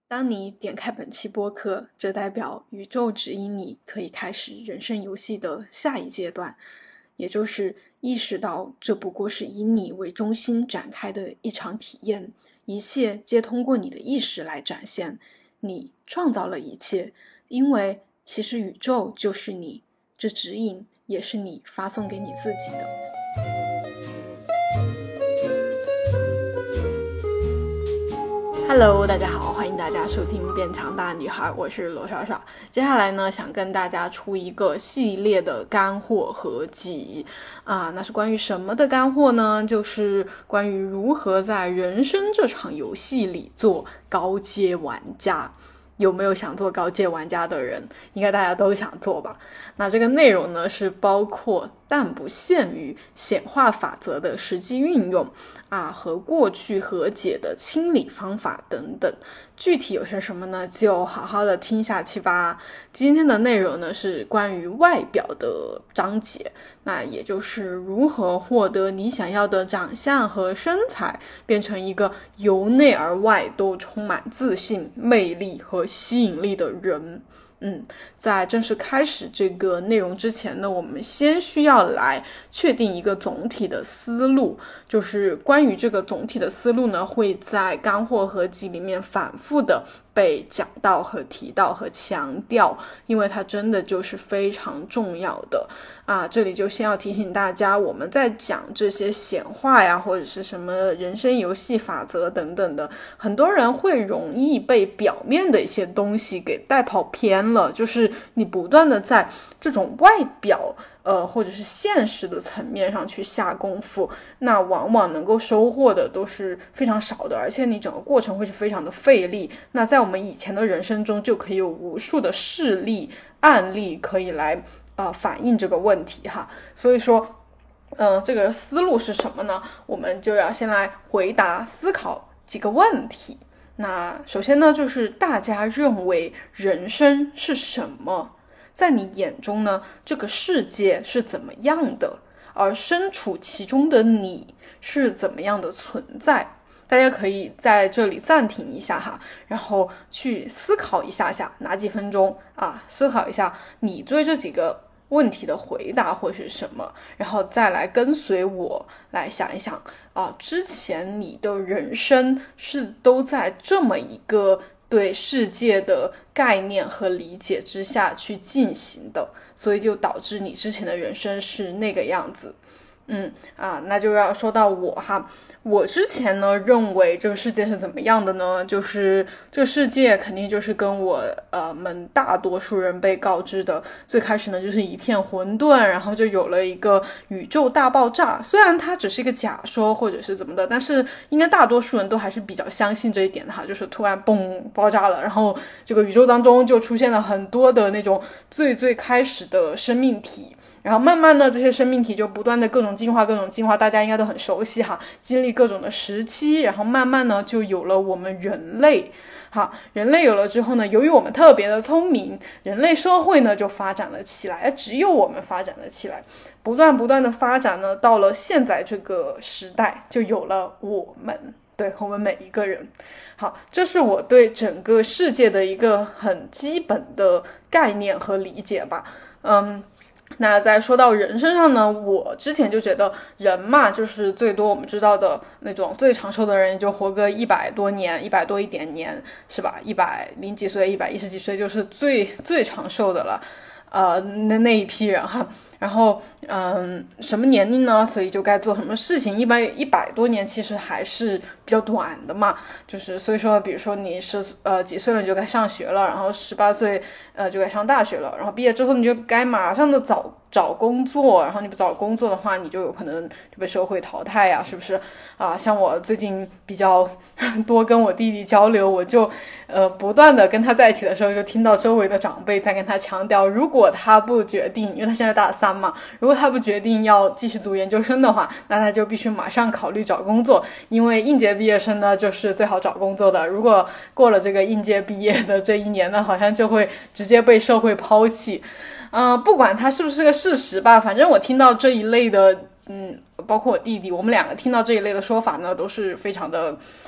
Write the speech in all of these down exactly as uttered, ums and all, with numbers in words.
当你点开本期播客，这代表宇宙指引你可以开始人生游戏的下一阶段，也就是意识到这不过是以你为中心展开的一场体验，一切皆通过你的意识来展现。你创造了一切，因为其实宇宙就是你，这指引也是你发送给你自己的。Hello， 大家好，欢迎大家收听变强大女孩，我是罗莎莎。接下来呢，想跟大家出一个系列的干货合集啊，那是关于什么的干货呢？就是关于如何在人生这场游戏里做高阶玩家。有没有想做高阶玩家的人？应该大家都想做吧。那这个内容呢，是包括但不限于显化法则的实际运用啊，和过去和解的清理方法等等。具体有些什么呢？就好好的听下去吧。今天的内容呢，是关于外表的章节，那也就是如何获得你想要的长相和身材，变成一个由内而外都充满自信、魅力和吸引力的人。嗯，在正式开始这个内容之前呢，我们先需要来确定一个总体的思路，就是关于这个总体的思路呢，会在干货合集里面反复的被讲到和提到和强调，因为它真的就是非常重要的啊！这里就先要提醒大家，我们在讲这些显化呀，或者是什么人生游戏法则等等的，很多人会容易被表面的一些东西给带跑偏了，就是你不断的在这种外表呃，或者是现实的层面上去下功夫，那往往能够收获的都是非常少的，而且你整个过程会是非常的费力。那在我们以前的人生中，就可以有无数的事例案例可以来呃反映这个问题哈。所以说，呃，这个思路是什么呢？我们就要先来回答思考几个问题。那首先呢，就是大家认为人生是什么？在你眼中呢，这个世界是怎么样的？而身处其中的你是怎么样的存在？大家可以在这里暂停一下哈，然后去思考一下下，拿几分钟啊，思考一下你对这几个问题的回答会是什么，然后再来跟随我来想一想啊，之前你的人生是都在这么一个对世界的概念和理解之下去进行的，所以就导致你之前的人生是那个样子。嗯啊，那就要说到我哈，我之前呢认为这个世界是怎么样的呢？就是这个世界肯定就是跟我呃们大多数人被告知的，最开始呢就是一片混沌，然后就有了一个宇宙大爆炸。虽然它只是一个假说或者是怎么的，但是应该大多数人都还是比较相信这一点的哈，就是突然嘣爆炸了，然后这个宇宙当中就出现了很多的那种最最开始的生命体。然后慢慢的这些生命体就不断的各种进化各种进化，大家应该都很熟悉哈，经历各种的时期，然后慢慢呢就有了我们人类。好，人类有了之后呢，由于我们特别的聪明，人类社会呢就发展了起来，只有我们发展了起来，不断不断的发展呢，到了现在这个时代就有了我们，对，我们每一个人。好，这是我对整个世界的一个很基本的概念和理解吧。嗯那在说到人身上呢，我之前就觉得人嘛，就是最多我们知道的那种最长寿的人就活个一百多年，一百多一点年，是吧？一百零几岁，一百一十几岁就是最最长寿的了，呃，那那一批人哈。然后，嗯，什么年龄呢？所以就该做什么事情。一般一百多年其实还是比较短的嘛，就是所以说，比如说你是呃几岁了你就该上学了，然后十八岁呃就该上大学了，然后毕业之后你就该马上的找找工作，然后你不找工作的话，你就有可能就被社会淘汰呀，是不是啊？像我最近比较多跟我弟弟交流，我就呃不断的跟他在一起的时候，就听到周围的长辈在跟他强调，如果他不决定，因为他现在大三嘛，如果他不决定要继续读研究生的话，那他就必须马上考虑找工作，因为应届毕业生呢就是最好找工作的，如果过了这个应届毕业的这一年呢，好像就会直接被社会抛弃。嗯、呃，不管他是不是个事实吧，反正我听到这一类的，嗯，包括我弟弟，我们两个听到这一类的说法呢，都是非常的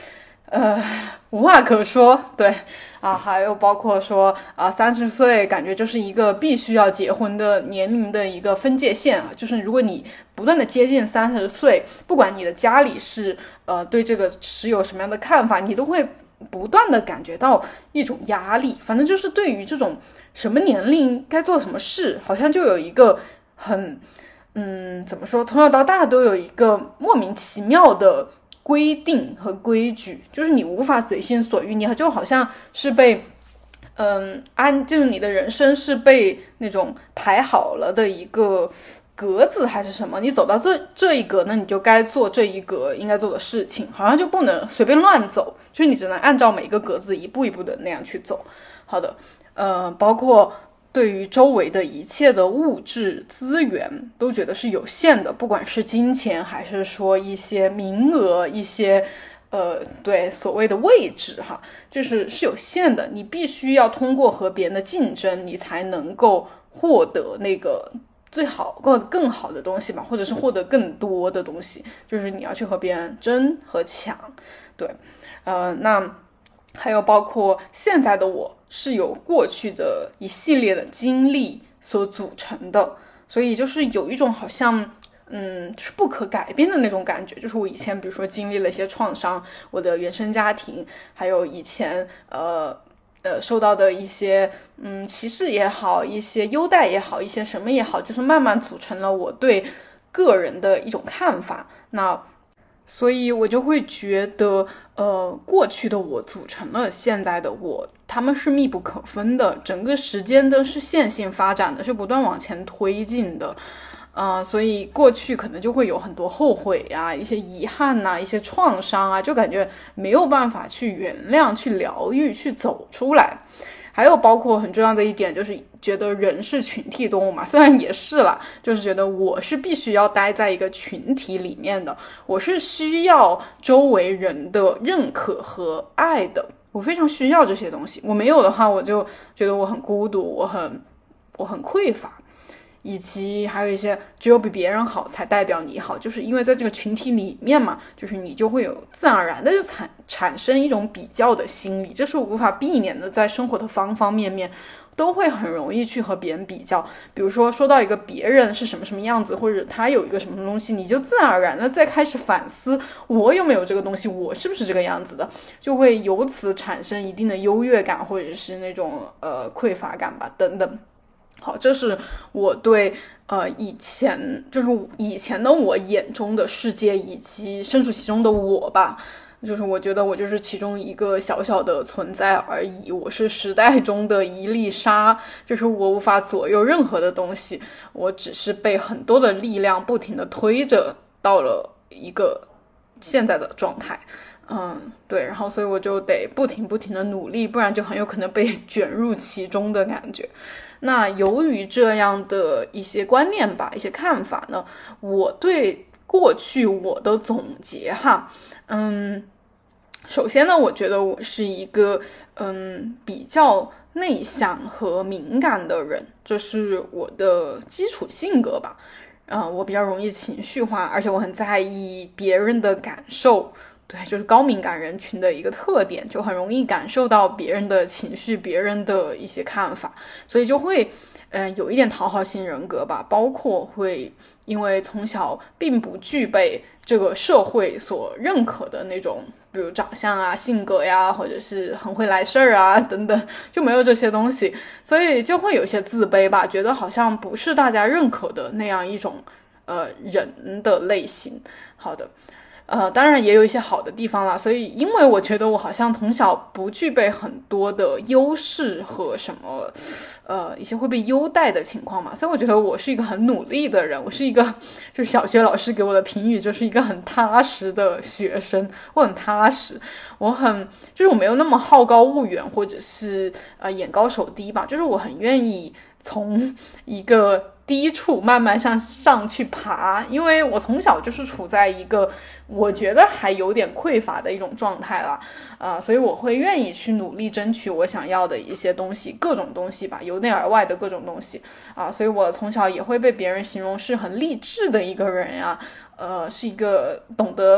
呃，无话可说，对啊，还有包括说啊，三十岁感觉就是一个必须要结婚的年龄的一个分界线啊，就是如果你不断的接近三十岁，不管你的家里是呃对这个持有什么样的看法，你都会不断的感觉到一种压力。反正就是对于这种什么年龄该做什么事，好像就有一个很嗯怎么说，从小到大都有一个莫名其妙的规定和规矩，就是你无法随心所欲，你就好像是被嗯安，就是你的人生是被那种排好了的一个格子还是什么，你走到这这一格，那你就该做这一格应该做的事情，好像就不能随便乱走，就是你只能按照每个格子一步一步的那样去走。好的，呃，包括对于周围的一切的物质资源都觉得是有限的，不管是金钱还是说一些名额，一些呃对所谓的位置哈，就是是有限的，你必须要通过和别人的竞争，你才能够获得那个最好或更好的东西嘛，或者是获得更多的东西，就是你要去和别人争和抢。对，呃，那还有包括现在的我是由过去的一系列的经历所组成的，所以就是有一种好像嗯是不可改变的那种感觉，就是我以前比如说经历了一些创伤，我的原生家庭，还有以前呃呃受到的一些嗯歧视也好，一些优待也好，一些什么也好，就是慢慢组成了我对个人的一种看法。那所以我就会觉得呃，过去的我组成了现在的我，他们是密不可分的，整个时间都是线性发展的，是不断往前推进的。呃，所以过去可能就会有很多后悔啊，一些遗憾呐、啊，一些创伤啊，就感觉没有办法去原谅、去疗愈、去走出来。还有包括很重要的一点，就是觉得人是群体动物嘛，虽然也是啦，就是觉得我是必须要待在一个群体里面的，我是需要周围人的认可和爱的，我非常需要这些东西，我没有的话，我就觉得我很孤独，我很我很匮乏。以及还有一些只有比别人好才代表你好，就是因为在这个群体里面嘛，就是你就会有自然而然的就产产生一种比较的心理，这是我无法避免的，在生活的方方面面都会很容易去和别人比较。比如说说到一个别人是什么什么样子，或者他有一个什么东西，你就自然而然的再开始反思，我有没有这个东西，我是不是这个样子的，就会由此产生一定的优越感，或者是那种呃匮乏感吧，等等。好，这是我对呃以前就是以前的我眼中的世界，以及身处其中的我吧。就是我觉得我就是其中一个小小的存在而已，我是时代中的一粒沙，就是我无法左右任何的东西，我只是被很多的力量不停的推着到了一个现在的状态。嗯，对，然后所以我就得不停不停的努力，不然就很有可能被卷入其中的感觉。那由于这样的一些观念吧，一些看法呢，我对过去我的总结哈，嗯，首先呢，我觉得我是一个嗯比较内向和敏感的人，这是我的基础性格吧。嗯、呃，我比较容易情绪化，而且我很在意别人的感受。对，就是高敏感人群的一个特点，就很容易感受到别人的情绪，别人的一些看法，所以就会嗯、呃，有一点讨好型人格吧，包括会因为从小并不具备这个社会所认可的那种，比如长相啊、性格呀，或者是很会来事儿啊等等，就没有这些东西，所以就会有一些自卑吧，觉得好像不是大家认可的那样一种呃人的类型。好的。呃，当然也有一些好的地方啦，所以因为我觉得我好像从小不具备很多的优势和什么，呃，一些会被优待的情况嘛，所以我觉得我是一个很努力的人，我是一个，就是小学老师给我的评语就是一个很踏实的学生，我很踏实，我很，就是我没有那么好高骛远，或者是呃眼高手低吧，就是我很愿意从一个低处慢慢向上去爬，因为我从小就是处在一个我觉得还有点匮乏的一种状态啦，呃，所以我会愿意去努力争取我想要的一些东西，各种东西吧，由内而外的各种东西啊，所以我从小也会被别人形容是很励志的一个人呀，呃，是一个懂得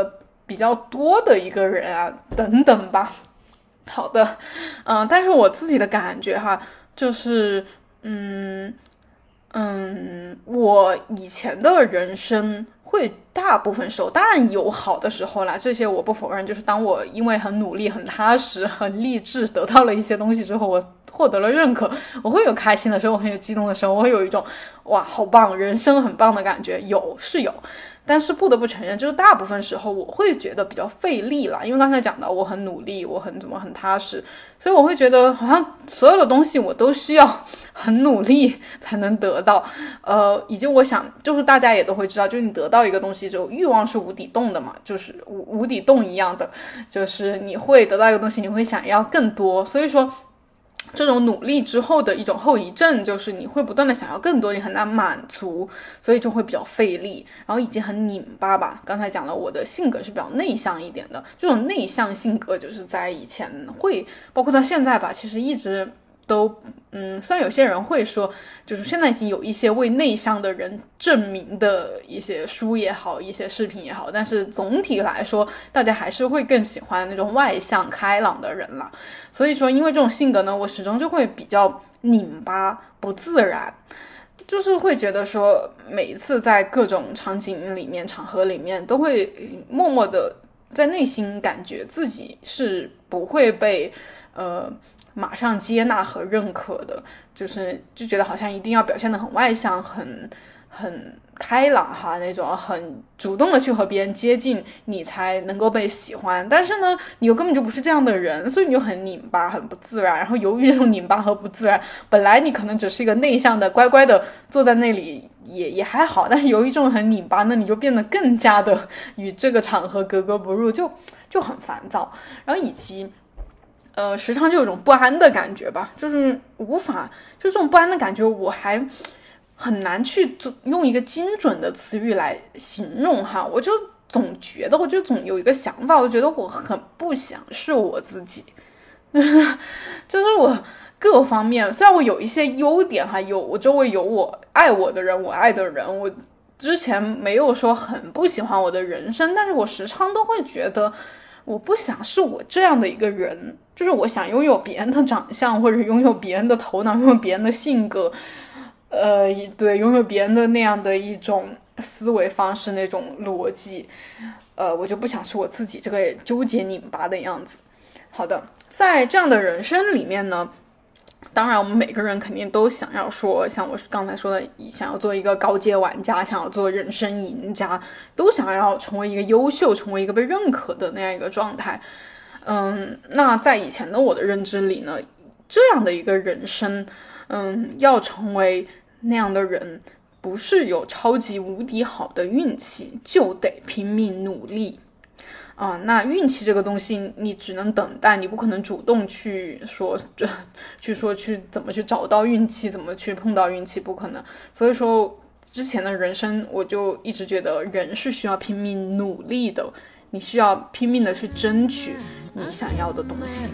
比较多的一个人啊，等等吧。好的，嗯、呃，但是我自己的感觉哈，就是嗯嗯，我以前的人生会大部分时候，当然有好的时候啦，这些我不否认。就是当我因为很努力、很踏实、很励志，得到了一些东西之后，我获得了认可，我会有开心的时候，我很有激动的时候，我会有一种哇，好棒，人生很棒的感觉，有是有。但是不得不承认，就是大部分时候我会觉得比较费力啦，因为刚才讲到我很努力，我很怎么很踏实，所以我会觉得好像所有的东西我都需要很努力才能得到。呃，以及我想就是大家也都会知道，就是你得到一个东西之后，欲望是无底洞的嘛，就是无无底洞一样的，就是你会得到一个东西，你会想要更多，所以说这种努力之后的一种后遗症，就是你会不断的想要更多，你很难满足，所以就会比较费力，然后以及很拧巴吧。刚才讲了，我的性格是比较内向一点的，这种内向性格就是在以前会，包括到现在吧，其实一直都嗯，虽然有些人会说，就是现在已经有一些为内向的人证明的一些书也好，一些视频也好，但是总体来说，大家还是会更喜欢那种外向开朗的人啦。所以说，因为这种性格呢，我始终就会比较拧巴、不自然，就是会觉得说，每一次在各种场景里面、场合里面，都会默默的在内心感觉自己是不会被呃。马上接纳和认可的，就是就觉得好像一定要表现得很外向，很很开朗哈，那种很主动的去和别人接近，你才能够被喜欢。但是呢，你又根本就不是这样的人，所以你就很拧巴，很不自然。然后由于这种拧巴和不自然，本来你可能只是一个内向的乖乖的坐在那里也也还好，但是由于这种很拧巴，那你就变得更加的与这个场合格格不入，就就很烦躁。然后以及呃，时常就有种不安的感觉吧，就是无法，就这种不安的感觉，我还很难去用一个精准的词语来形容哈。我就总觉得，我就总有一个想法，我觉得我很不想是我自己，就是我各方面，虽然我有一些优点哈，有我周围有我爱我的人，我爱的人，我之前没有说很不喜欢我的人生，但是我时常都会觉得。我不想是我这样的一个人，就是我想拥有别人的长相，或者拥有别人的头脑，拥有别人的性格，呃，对，拥有别人的那样的一种思维方式，那种逻辑，呃，我就不想是我自己这个纠结拧巴的样子。好的，在这样的人生里面呢，当然我们每个人肯定都想要说，像我刚才说的，想要做一个高阶玩家，想要做人生赢家，都想要成为一个优秀，成为一个被认可的那样一个状态。嗯，那在以前的我的认知里呢，这样的一个人生，嗯，要成为那样的人，不是有超级无敌好的运气，就得拼命努力。啊，那运气这个东西你只能等待，你不可能主动去说这去说去怎么去找到运气，怎么去碰到运气，不可能。所以说之前的人生我就一直觉得人是需要拼命努力的，你需要拼命的去争取你想要的东西。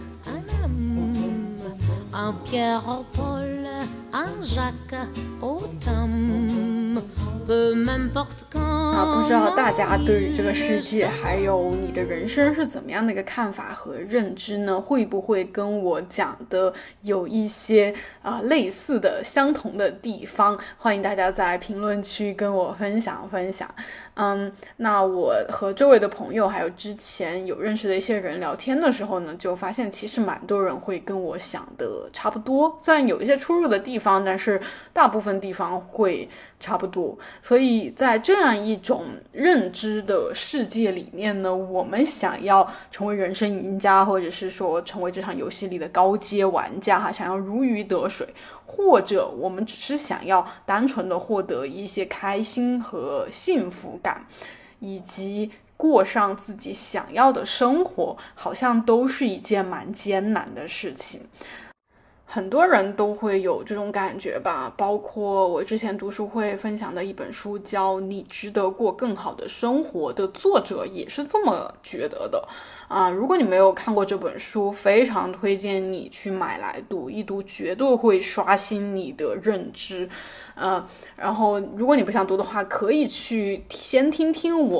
啊，不知道大家对于这个世界还有你的人生是怎么样的一个看法和认知呢？会不会跟我讲的有一些啊、呃、类似的相同的地方？欢迎大家在评论区跟我分享分享。嗯，那我和周围的朋友还有之前有认识的一些人聊天的时候呢，就发现其实蛮多人会跟我想的差不多，虽然有一些出入的地方，但是大部分地方会差不多。所以在这样一种认知的世界里面呢，我们想要成为人生赢家，或者是说成为这场游戏里的高阶玩家哈，想要如鱼得水，或者我们只是想要单纯的获得一些开心和幸福感，以及过上自己想要的生活，好像都是一件蛮艰难的事情。很多人都会有这种感觉吧，包括我之前读书会分享的一本书叫《你值得过更好的生活》的作者也是这么觉得的啊。如果你没有看过这本书，非常推荐你去买来读一读，绝对会刷新你的认知。呃，然后如果你不想读的话，可以去先听听我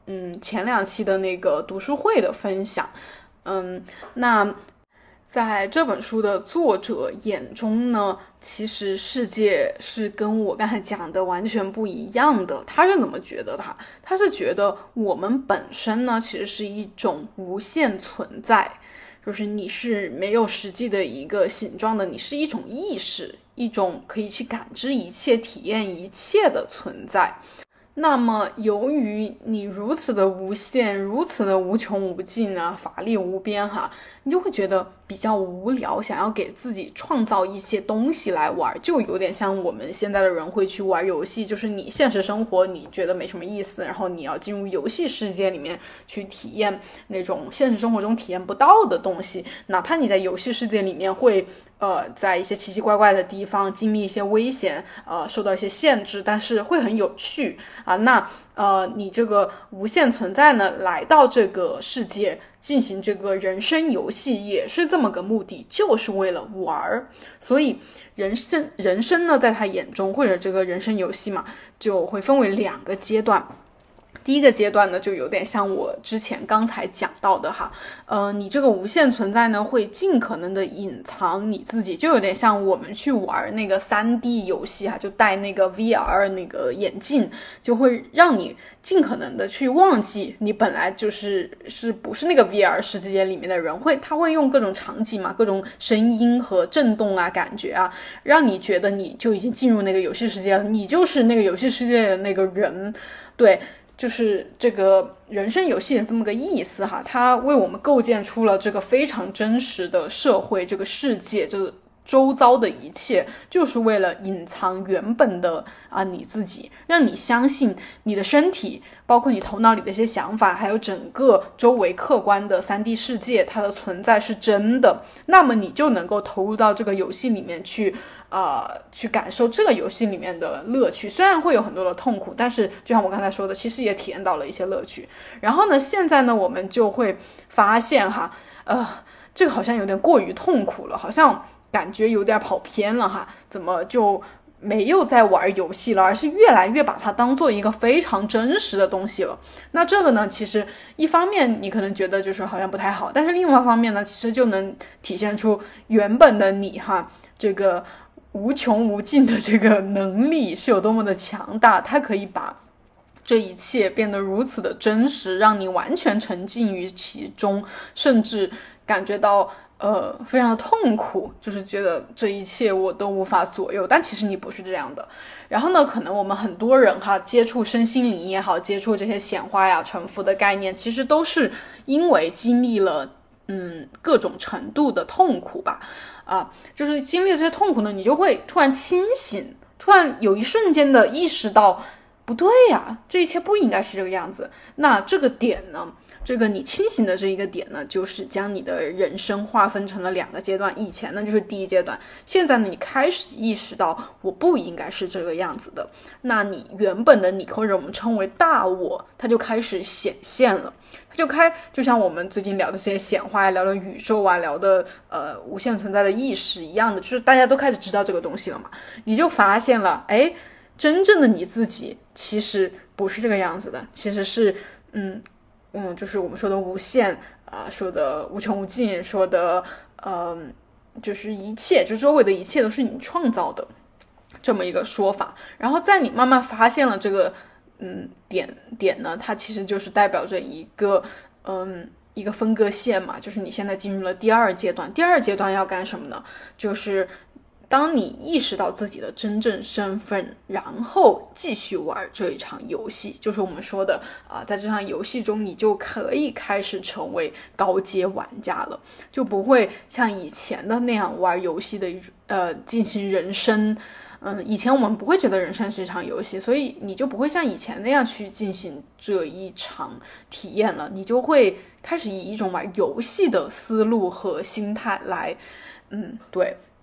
嗯前两期的那个读书会的分享。嗯，那在这本书的作者眼中呢，其实世界是跟我刚才讲的完全不一样的。他是怎么觉得的？他是觉得我们本身呢，其实是一种无限存在，就是你是没有实际的一个形状的，你是一种意识，一种可以去感知一切、体验一切的存在。那么由于你如此的无限，如此的无穷无尽啊，法力无边哈，你就会觉得比较无聊，想要给自己创造一些东西来玩，就有点像我们现在的人会去玩游戏，就是你现实生活你觉得没什么意思，然后你要进入游戏世界里面去体验那种现实生活中体验不到的东西，哪怕你在游戏世界里面会呃，在一些奇奇怪怪的地方经历一些危险，呃，受到一些限制，但是会很有趣啊。那呃，你这个无限存在呢，来到这个世界进行这个人生游戏，也是这么个目的，就是为了玩。所以人生人生呢，在他眼中，或者这个人生游戏嘛，就会分为两个阶段。第一个阶段呢，就有点像我之前刚才讲到的哈，呃，你这个无限存在呢，会尽可能的隐藏你自己，就有点像我们去玩那个 三 D 游戏哈，就戴那个 V R 那个眼镜，就会让你尽可能的去忘记你本来就是是不是那个 V R 世界里面的人，会他会用各种场景嘛，各种声音和震动啊，感觉啊，让你觉得你就已经进入那个游戏世界了，你就是那个游戏世界的那个人，对。就是这个人生游戏的这么个意思哈，它为我们构建出了这个非常真实的社会，这个世界就是周遭的一切，就是为了隐藏原本的啊你自己，让你相信你的身体，包括你头脑里的一些想法，还有整个周围客观的 三 D 世界，它的存在是真的，那么你就能够投入到这个游戏里面去啊、呃，去感受这个游戏里面的乐趣。虽然会有很多的痛苦，但是就像我刚才说的，其实也体验到了一些乐趣。然后呢，现在呢，我们就会发现哈，呃，这个好像有点过于痛苦了，好像感觉有点跑偏了哈，怎么就没有在玩游戏了，而是越来越把它当做一个非常真实的东西了。那这个呢，其实一方面你可能觉得就是好像不太好，但是另外一方面呢，其实就能体现出原本的你哈，这个无穷无尽的这个能力是有多么的强大，它可以把这一切变得如此的真实，让你完全沉浸于其中，甚至感觉到呃，非常的痛苦，就是觉得这一切我都无法左右，但其实你不是这样的。然后呢，可能我们很多人哈，接触身心灵也好，接触这些显化呀、沉浮的概念，其实都是因为经历了嗯各种程度的痛苦吧。啊，就是经历了这些痛苦呢，你就会突然清醒，突然有一瞬间的意识到，不对呀，这一切不应该是这个样子。那这个点呢？这个你清醒的这一个点呢，就是将你的人生划分成了两个阶段。以前呢就是第一阶段，现在呢你开始意识到我不应该是这个样子的，那你原本的你或者我们称为大我，它就开始显现了。它就开就像我们最近聊的这些显化，聊的宇宙啊，聊的呃无限存在的意识一样的，就是大家都开始知道这个东西了嘛，你就发现了，哎，真正的你自己其实不是这个样子的，其实是嗯嗯，就是我们说的无限啊、呃，说的无穷无尽，说的嗯、呃，就是一切，就周围的一切都是你创造的这么一个说法。然后在你慢慢发现了这个嗯点点呢，它其实就是代表着一个嗯一个分割线嘛，就是你现在进入了第二阶段。第二阶段要干什么呢？就是当你意识到自己的真正身份，然后继续玩这一场游戏，就是我们说的啊、呃，在这场游戏中，你就可以开始成为高阶玩家了，就不会像以前的那样玩游戏的一呃进行人生。嗯，以前我们不会觉得人生是一场游戏，所以你就不会像以前那样去进行这一场体验了，你就会开始以一种玩游戏的思路和心态来，嗯，对。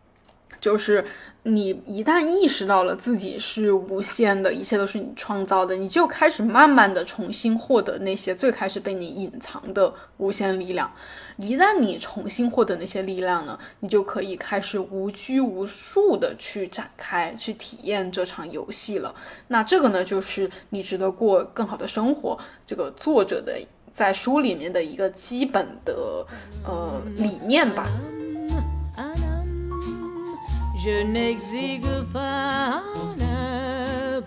就是你一旦意识到了自己是无限的，一切都是你创造的，你就开始慢慢的重新获得那些最开始被你隐藏的无限力量。一旦你重新获得那些力量呢，你就可以开始无拘无束的去展开，去体验这场游戏了。那这个呢，就是你值得过更好的生活，这个作者的在书里面的一个基本的呃理念吧。Je n'exige pas un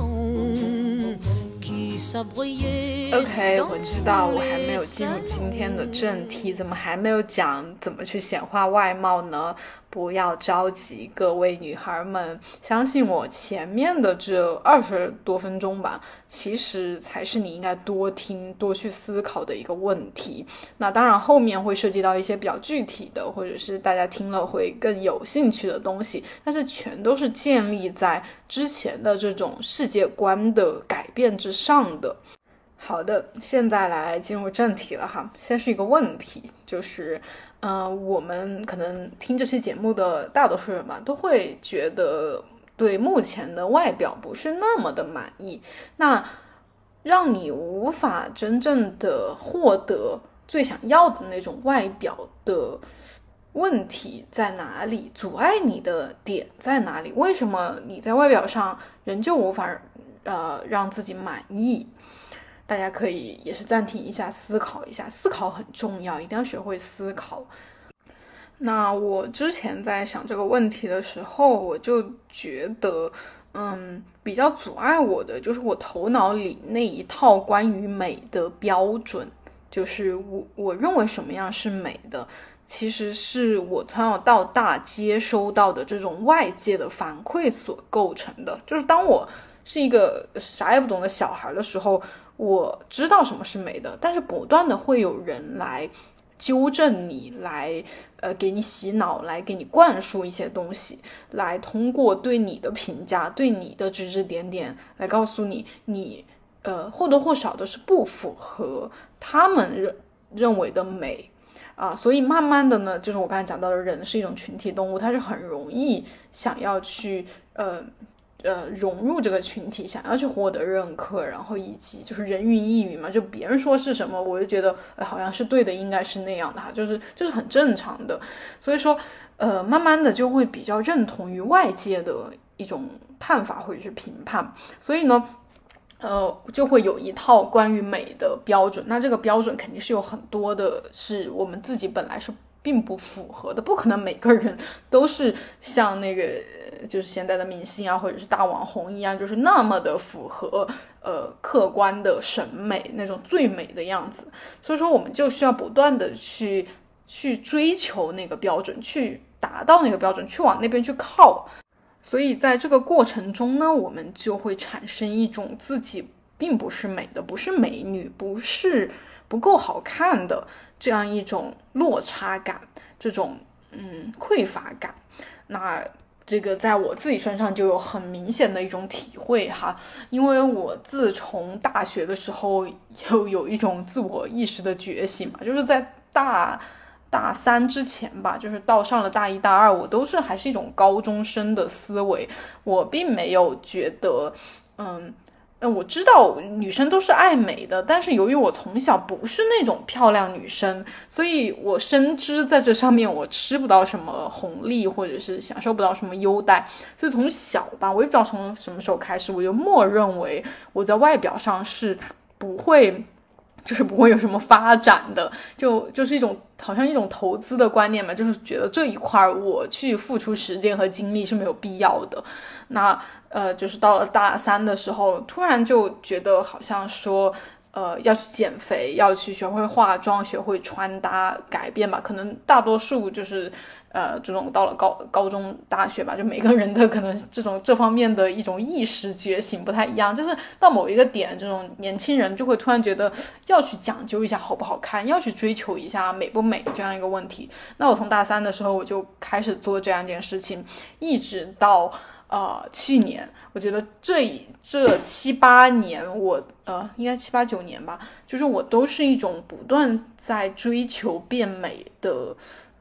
Apollon qui s'abreuille. OK， 我知道我还没有进入今天的正题，怎么还没有讲怎么去显化外貌呢？不要着急，各位女孩们，相信我，前面的这二十多分钟吧，其实才是你应该多听、多去思考的一个问题。那当然，后面会涉及到一些比较具体的，或者是大家听了会更有兴趣的东西，但是全都是建立在之前的这种世界观的改变之上的。好的，现在来进入正题了哈。先是一个问题，就是呃，我们可能听这期节目的大多数人吧，都会觉得对目前的外表不是那么的满意。那让你无法真正的获得最想要的那种外表的问题在哪里？阻碍你的点在哪里？为什么你在外表上仍旧无法呃让自己满意？大家可以也是暂停一下，思考一下，思考很重要，一定要学会思考。那我之前在想这个问题的时候，我就觉得嗯，比较阻碍我的就是我头脑里那一套关于美的标准，就是我我认为什么样是美的，其实是我从小到大接收到的这种外界的反馈所构成的。就是当我是一个啥也不懂的小孩的时候，我知道什么是美的，但是不断的会有人来纠正你，来呃给你洗脑，来给你灌输一些东西，来通过对你的评价，对你的指指点点，来告诉你你呃或多或少的是不符合他们认认为的美啊。所以慢慢的呢，就是我刚才讲到的，人是一种群体动物，它是很容易想要去呃呃，融入这个群体，想要去获得认可，然后以及就是人云亦云嘛，就别人说是什么，我就觉得、呃、好像是对的，应该是那样的哈，就是就是很正常的。所以说，呃，慢慢的就会比较认同于外界的一种看法或者是评判，所以呢，呃，就会有一套关于美的标准。那这个标准肯定是有很多的，是我们自己本来是并不符合的，不可能每个人都是像那个就是现在的明星啊或者是大网红一样，就是那么的符合呃客观的审美那种最美的样子。所以说我们就需要不断的去去追求那个标准，去达到那个标准，去往那边去靠。所以在这个过程中呢，我们就会产生一种自己并不是美的，不是美女，不是不够好看的这样一种落差感，这种嗯匮乏感。那这个在我自己身上就有很明显的一种体会哈，因为我自从大学的时候又有一种自我意识的觉醒嘛，就是在大大三之前吧，就是到上了大一大二，我都是还是一种高中生的思维，我并没有觉得嗯嗯，我知道女生都是爱美的，但是由于我从小不是那种漂亮女生，所以我深知在这上面我吃不到什么红利，或者是享受不到什么优待，所以从小吧，我也不知道从什么时候开始，我就默认为我在外表上是不会就是不会有什么发展的，就就是一种好像一种投资的观念嘛，就是觉得这一块我去付出时间和精力是没有必要的。那呃，就是到了大三的时候，突然就觉得好像说呃要去减肥，要去学会化妆，学会穿搭改变吧，可能大多数就是呃这种到了高高中大学吧，就每个人的可能这种这方面的一种意识觉醒不太一样，就是到某一个点，这种年轻人就会突然觉得要去讲究一下好不好看，要去追求一下美不美这样一个问题。那我从大三的时候我就开始做这样一件事情，一直到呃去年，我觉得这这七八年我呃应该七八九年吧，就是我都是一种不断在追求变美的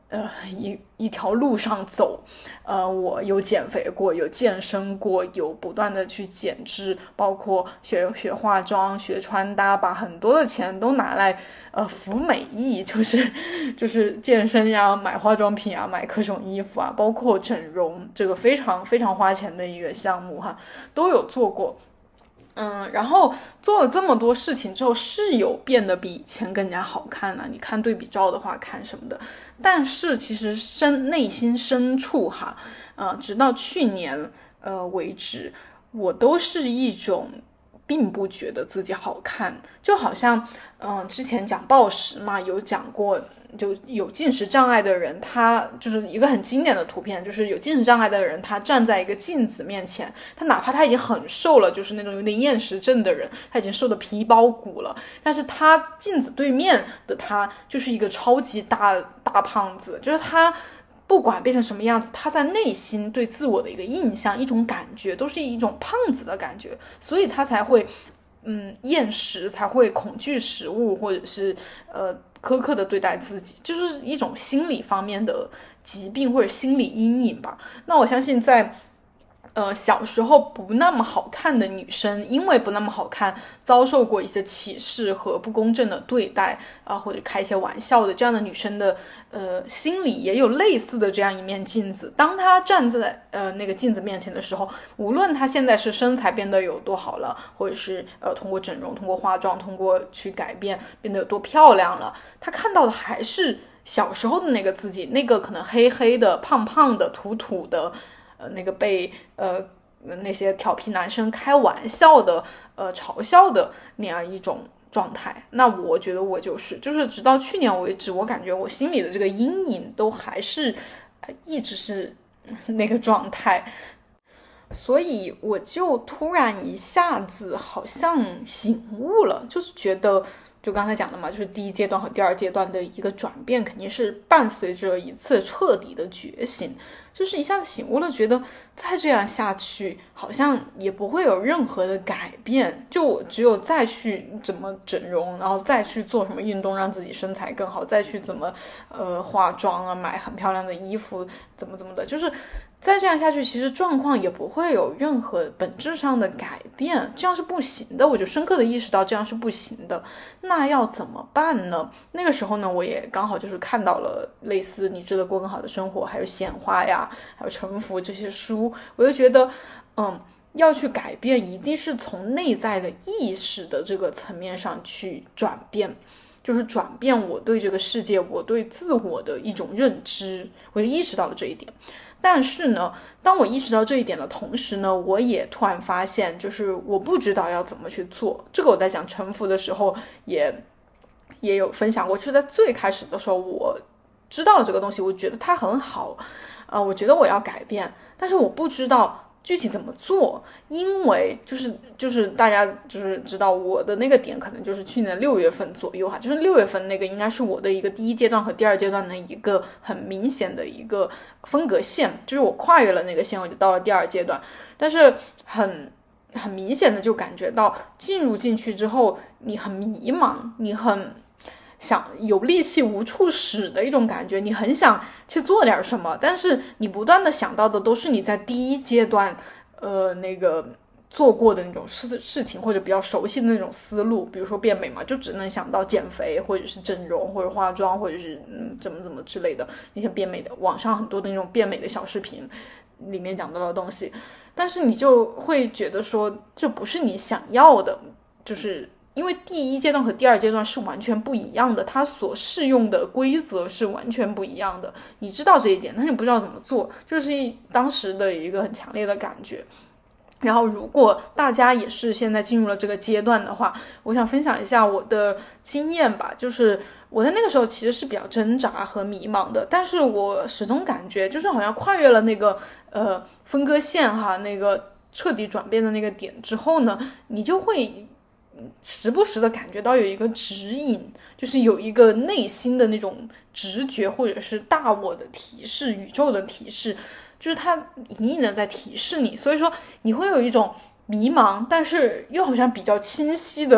呃，一一条路上走，呃，我有减肥过，有健身过，有不断的去减脂，包括学学化妆、学穿搭，把很多的钱都拿来呃服美役，就是就是健身呀、买化妆品啊、买各种衣服啊，包括整容，这个非常非常花钱的一个项目哈，都有做过。嗯，然后做了这么多事情之后，是有变得比以前更加好看了、啊。你看对比照的话，看什么的。但是其实深内心深处哈，呃，直到去年呃为止，我都是一种并不觉得自己好看，就好像嗯、呃，之前讲暴食嘛，有讲过。就有进食障碍的人，他就是一个很经典的图片，就是有进食障碍的人，他站在一个镜子面前，他哪怕他已经很瘦了，就是那种有点厌食症的人，他已经瘦得皮包骨了，但是他镜子对面的他就是一个超级大大胖子，就是他不管变成什么样子，他在内心对自我的一个印象、一种感觉，都是一种胖子的感觉，所以他才会嗯厌食，才会恐惧食物，或者是呃苛刻的对待自己，就是一种心理方面的疾病或者心理阴影吧。那我相信在呃小时候不那么好看的女生，因为不那么好看，遭受过一些歧视和不公正的对待啊、呃，或者开一些玩笑的这样的女生的呃心里也有类似的这样一面镜子。当她站在呃那个镜子面前的时候，无论她现在是身材变得有多好了，或者是呃通过整容、通过化妆、通过去改变变得有多漂亮了，她看到的还是小时候的那个自己，那个可能黑黑的、胖胖的、土土的。呃，那个被呃那些调皮男生开玩笑的，呃嘲笑的那样一种状态。那我觉得我就是，就是直到去年为止，我感觉我心里的这个阴影都还是、呃、一直是那个状态。所以我就突然一下子好像醒悟了，就是觉得就刚才讲的嘛，就是第一阶段和第二阶段的一个转变肯定是伴随着一次彻底的觉醒，就是一下子醒悟了，觉得再这样下去好像也不会有任何的改变，就我只有再去怎么整容，然后再去做什么运动让自己身材更好，再去怎么呃化妆啊，买很漂亮的衣服，怎么怎么的，就是再这样下去其实状况也不会有任何本质上的改变，这样是不行的。我就深刻的意识到这样是不行的，那要怎么办呢？那个时候呢，我也刚好就是看到了类似你值得过更好的生活，还有显化呀，还有臣服这些书，我就觉得嗯，要去改变一定是从内在的意识的这个层面上去转变，就是转变我对这个世界，我对自我的一种认知，我就意识到了这一点。但是呢，当我意识到这一点的同时呢，我也突然发现，就是我不知道要怎么去做。这个我在讲臣服的时候也也有分享过，就是在最开始的时候，我知道了这个东西，我觉得它很好，呃，我觉得我要改变，但是我不知道具体怎么做，因为就是就是大家就是知道我的那个点可能就是去年六月份左右哈，就是六月份那个应该是我的一个第一阶段和第二阶段的一个很明显的一个分隔线，就是我跨越了那个线，我就到了第二阶段，但是很很明显的就感觉到进入进去之后，你很迷茫，你很想有力气无处使的一种感觉，你很想去做点什么，但是你不断的想到的都是你在第一阶段呃那个做过的那种事事情，或者比较熟悉的那种思路，比如说变美嘛，就只能想到减肥或者是整容或者化妆或者是嗯怎么怎么之类的那些变美的，网上很多的那种变美的小视频里面讲到的东西，但是你就会觉得说这不是你想要的，就是因为第一阶段和第二阶段是完全不一样的，它所适用的规则是完全不一样的，你知道这一点，但是你不知道怎么做，就是当时的一个很强烈的感觉。然后如果大家也是现在进入了这个阶段的话，我想分享一下我的经验吧，就是我在那个时候其实是比较挣扎和迷茫的，但是我始终感觉就是好像跨越了那个呃分割线哈，那个彻底转变的那个点之后呢，你就会时不时的感觉到有一个指引，就是有一个内心的那种直觉，或者是大我的提示，宇宙的提示，就是它隐隐的在提示你，所以说你会有一种迷茫但是又好像比较清晰的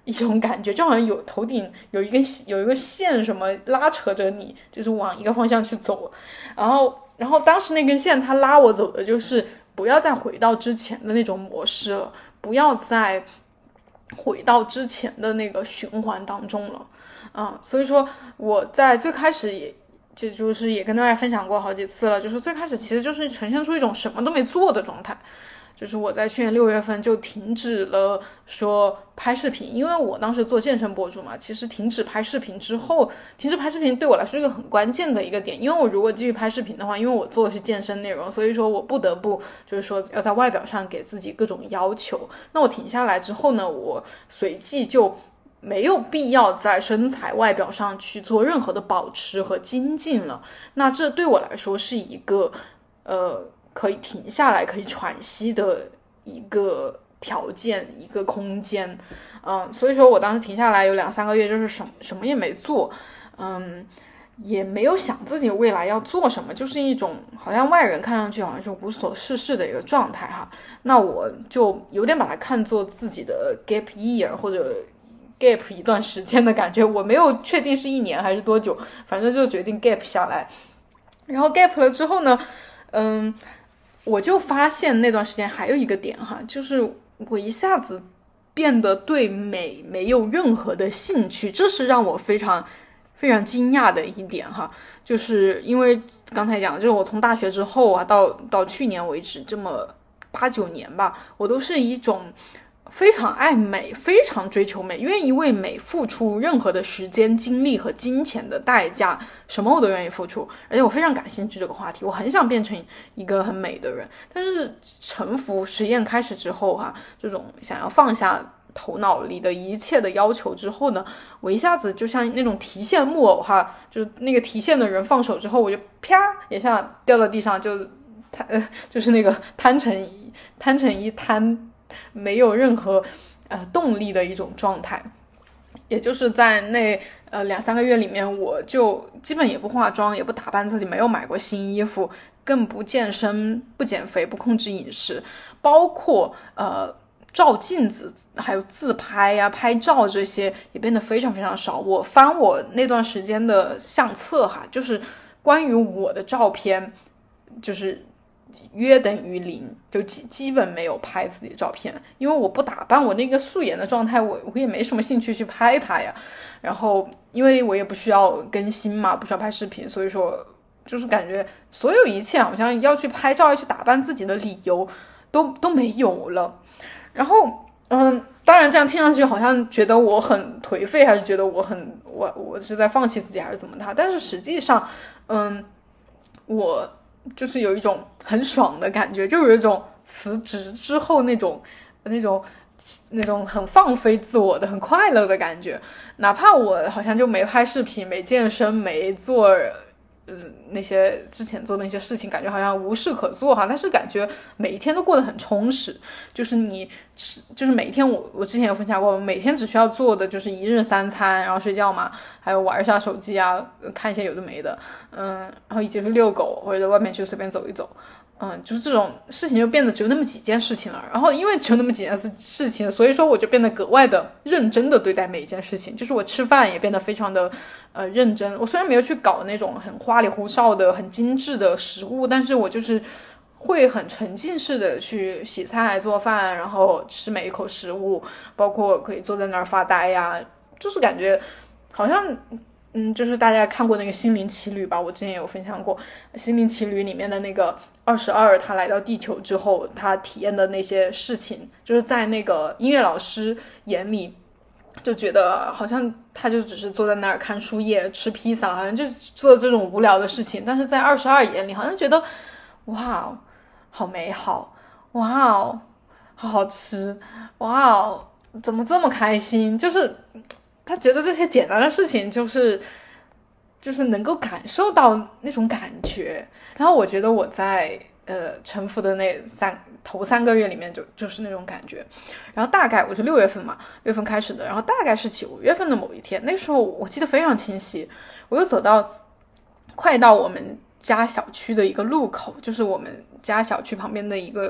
一种感觉，就好像有头顶有一根有一个线什么拉扯着你，就是往一个方向去走。然后然后当时那根线它拉我走的就是不要再回到之前的那种模式了，不要再回到之前的那个循环当中了。嗯，所以说我在最开始也就就是也跟大家分享过好几次了，就是最开始其实就是呈现出一种什么都没做的状态。就是我在去年六月份就停止了说拍视频，因为我当时做健身博主嘛，其实停止拍视频之后，停止拍视频对我来说是一个很关键的一个点，因为我如果继续拍视频的话，因为我做的是健身内容，所以说我不得不就是说要在外表上给自己各种要求。那我停下来之后呢，我随即就没有必要在身材外表上去做任何的保持和精进了。那这对我来说是一个呃可以停下来可以喘息的一个条件，一个空间。嗯，所以说我当时停下来有两三个月，就是什么什么也没做，嗯，也没有想自己未来要做什么，就是一种好像外人看上去好像就无所事事的一个状态哈。那我就有点把它看作自己的 gap year 或者 gap 一段时间的感觉，我没有确定是一年还是多久，反正就决定 gap 下来。然后 gap 了之后呢，嗯。我就发现那段时间还有一个点哈，就是我一下子变得对美没有任何的兴趣，这是让我非常非常惊讶的一点哈。就是因为刚才讲，就是我从大学之后啊，到到去年为止这么八九年吧，我都是一种非常爱美，非常追求美，愿意为美付出任何的时间、精力和金钱的代价，什么我都愿意付出。而且我非常感兴趣这个话题，我很想变成一个很美的人。但是臣服实验开始之后哈、啊，这种想要放下头脑里的一切的要求之后呢，我一下子就像那种提线木偶哈，就是那个提线的人放手之后，我就啪一下掉到地上，就摊、呃、就是那个摊成摊成一摊。没有任何呃动力的一种状态。也就是在那呃两三个月里面，我就基本也不化妆，也不打扮自己，没有买过新衣服，更不健身，不减肥，不控制饮食，包括呃照镜子还有自拍呀、拍照这些也变得非常非常少。我翻我那段时间的相册哈，就是关于我的照片就是约等于零，就基基本没有拍自己的照片，因为我不打扮，我那个素颜的状态，我我也没什么兴趣去拍它呀。然后因为我也不需要更新嘛，不需要拍视频，所以说就是感觉所有一切好像要去拍照、要去打扮自己的理由都都没有了。然后嗯，当然这样听上去好像觉得我很颓废，还是觉得我很我我是在放弃自己，还是怎么的？但是实际上，嗯，我就是有一种很爽的感觉，就有一种辞职之后那种那种那种很放飞自我的、很快乐的感觉。哪怕我好像就没拍视频、没健身、没做嗯，那些之前做的那些事情，感觉好像无事可做哈，但是感觉每一天都过得很充实。就是你吃，就是每一天我我之前有分享过，每天只需要做的就是一日三餐，然后睡觉嘛，还有玩一下手机啊，看一些有的没的，嗯，然后以及是遛狗或者在外面去随便走一走。嗯，就是这种事情就变得只有那么几件事情了。然后因为只有那么几件事情，所以说我就变得格外的认真的对待每一件事情。就是我吃饭也变得非常的呃认真。我虽然没有去搞那种很花里胡哨的、很精致的食物，但是我就是会很沉浸式的去洗菜、做饭，然后吃每一口食物，包括可以坐在那儿发呆呀，就是感觉好像。嗯，就是大家看过那个《心灵奇旅》吧？我之前有分享过《心灵奇旅》里面的那个二十二，他来到地球之后，他体验的那些事情，就是在那个音乐老师眼里，就觉得好像他就只是坐在那儿看书页、吃披萨，好像就是做这种无聊的事情。但是在二十二眼里，好像觉得哇，好美好，哇，好好吃，哇，怎么这么开心？就是。他觉得这些简单的事情就是就是能够感受到那种感觉。然后我觉得我在呃沉浮的那三头三个月里面就就是那种感觉。然后大概我是六月份嘛，六月份开始的，然后大概是九月份的某一天，那时候我记得非常清晰，我又走到快到我们家小区的一个路口，就是我们家小区旁边的一个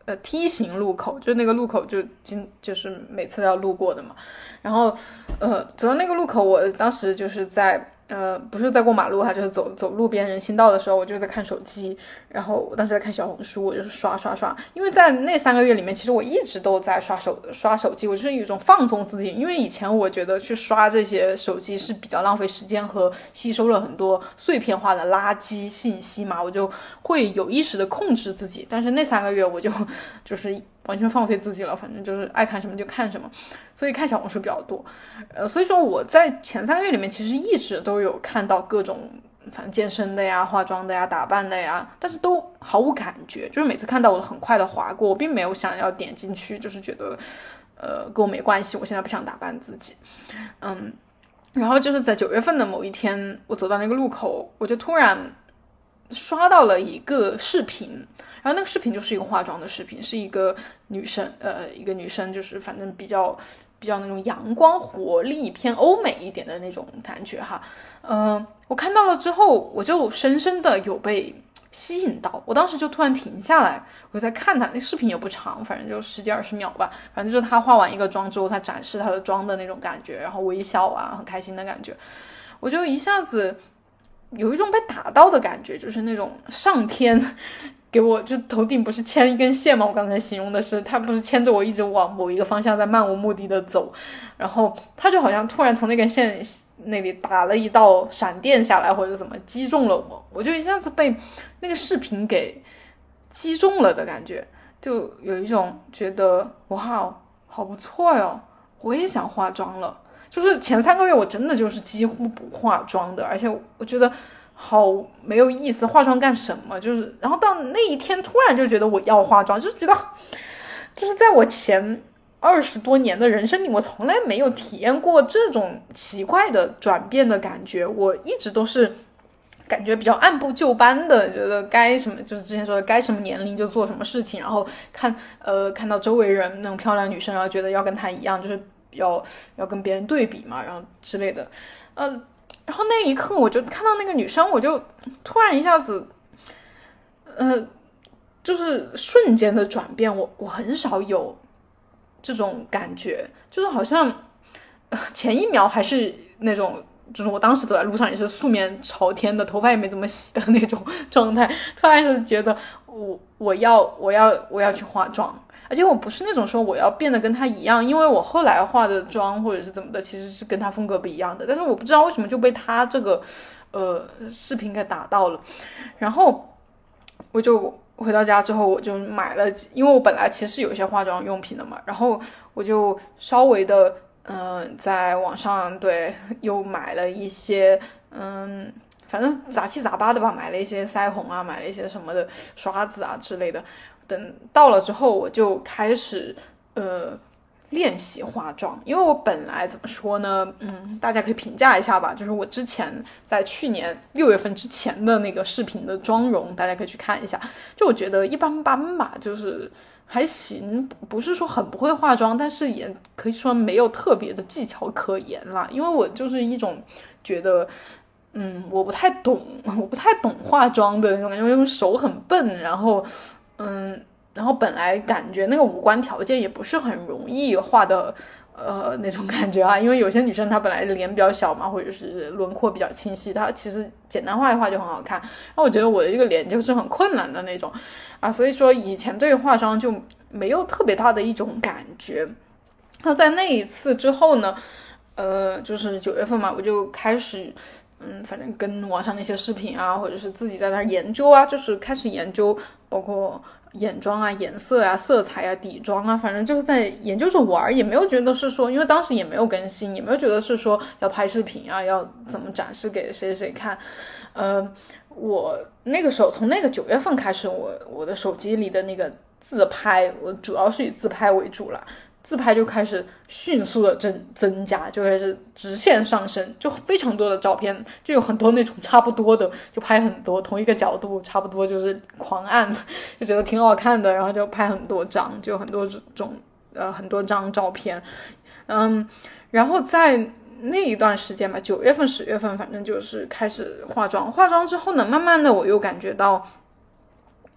呃梯形路口，就那个路口就经就是每次要路过的嘛。然后呃走到那个路口，我当时就是在呃不是在过马路哈，就是走走路边人行道的时候，我就在看手机。然后我当时在看小红书，我就是刷刷刷，因为在那三个月里面，其实我一直都在刷手刷手机，我就是有一种放纵自己。因为以前我觉得去刷这些手机是比较浪费时间和吸收了很多碎片化的垃圾信息嘛，我就会有意识的控制自己。但是那三个月我就就是完全放飞自己了，反正就是爱看什么就看什么，所以看小红书比较多。呃，所以说我在前三个月里面其实一直都有看到各种反正健身的呀、化妆的呀、打扮的呀，但是都毫无感觉，就是每次看到我都很快的划过，我并没有想要点进去，就是觉得呃跟我没关系，我现在不想打扮自己。嗯，然后就是在九月份的某一天，我走到那个路口，我就突然刷到了一个视频，然后那个视频就是一个化妆的视频，是一个女生，呃，一个女生就是反正比较比较那种阳光活力偏欧美一点的那种感觉哈。嗯、呃，我看到了之后，我就深深的有被吸引到，我当时就突然停下来，我就在看她，那视频也不长，反正就十几二十秒吧，反正就是她化完一个妆之后，她展示她的妆的那种感觉，然后微笑啊，很开心的感觉，我就一下子有一种被打到的感觉，就是那种上天给我，就头顶不是牵一根线吗？我刚才形容的是，他不是牵着我一直往某一个方向在漫无目的的走，然后他就好像突然从那根线那里打了一道闪电下来，或者怎么击中了我，我就一下子被那个视频给击中了的感觉，就有一种觉得哇，好不错哟，我也想化妆了。就是前三个月我真的就是几乎不化妆的，而且我觉得好没有意思，化妆干什么？就是然后到那一天突然就觉得我要化妆，就是觉得就是在我前二十多年的人生里，我从来没有体验过这种奇怪的转变的感觉。我一直都是感觉比较按部就班的，觉得该什么就是之前说的该什么年龄就做什么事情，然后看呃看到周围人那种漂亮女生，然后觉得要跟她一样，就是要要跟别人对比嘛，然后之类的，呃，然后那一刻我就看到那个女生，我就突然一下子，呃，就是瞬间的转变，我我很少有这种感觉，就是好像前一秒还是那种，就是我当时走在路上也是素面朝天的，头发也没怎么洗的那种状态，突然是觉得我我要我要我要去化妆，而且我不是那种说我要变得跟他一样，因为我后来化的妆或者是怎么的，其实是跟他风格不一样的，但是我不知道为什么就被他这个呃视频给打到了，然后我就回到家之后，我就买了，因为我本来其实有一些化妆用品的嘛，然后我就稍微的，嗯、呃，在网上对又买了一些，嗯，反正杂七杂八的吧，买了一些腮红啊，买了一些什么的刷子啊之类的。等到了之后，我就开始，呃。练习化妆，因为我本来怎么说呢，嗯，大家可以评价一下吧，就是我之前在去年六月份之前的那个视频的妆容，大家可以去看一下，就我觉得一般般吧，就是还行，不是说很不会化妆，但是也可以说没有特别的技巧可言啦，因为我就是一种觉得嗯，我不太懂，我不太懂化妆的那种感觉，因为手很笨，然后嗯然后本来感觉那个五官条件也不是很容易画的，呃，那种感觉啊，因为有些女生她本来脸比较小嘛，或者是轮廓比较清晰，她其实简单画一画就很好看。然后我觉得我的这个脸就是很困难的那种啊，所以说以前对化妆就没有特别大的一种感觉。那在那一次之后呢，呃，就是九月份嘛，我就开始。嗯，反正跟网上那些视频啊，或者是自己在那儿研究啊，就是开始研究，包括眼妆啊、颜色啊、色彩啊、底妆啊，反正就是在研究着玩，也没有觉得是说，因为当时也没有更新，也没有觉得是说要拍视频啊，要怎么展示给谁谁看。呃，我那个时候从那个九月份开始，我我的手机里的那个自拍，我主要是以自拍为主了。自拍就开始迅速的增增加，就开始直线上升，就非常多的照片，就有很多那种差不多的，就拍很多同一个角度，差不多就是狂按，就觉得挺好看的，然后就拍很多张，就很多种呃很多张照片，嗯，然后在那一段时间吧，九月份、十月份，反正就是开始化妆，化妆之后呢，慢慢的我又感觉到。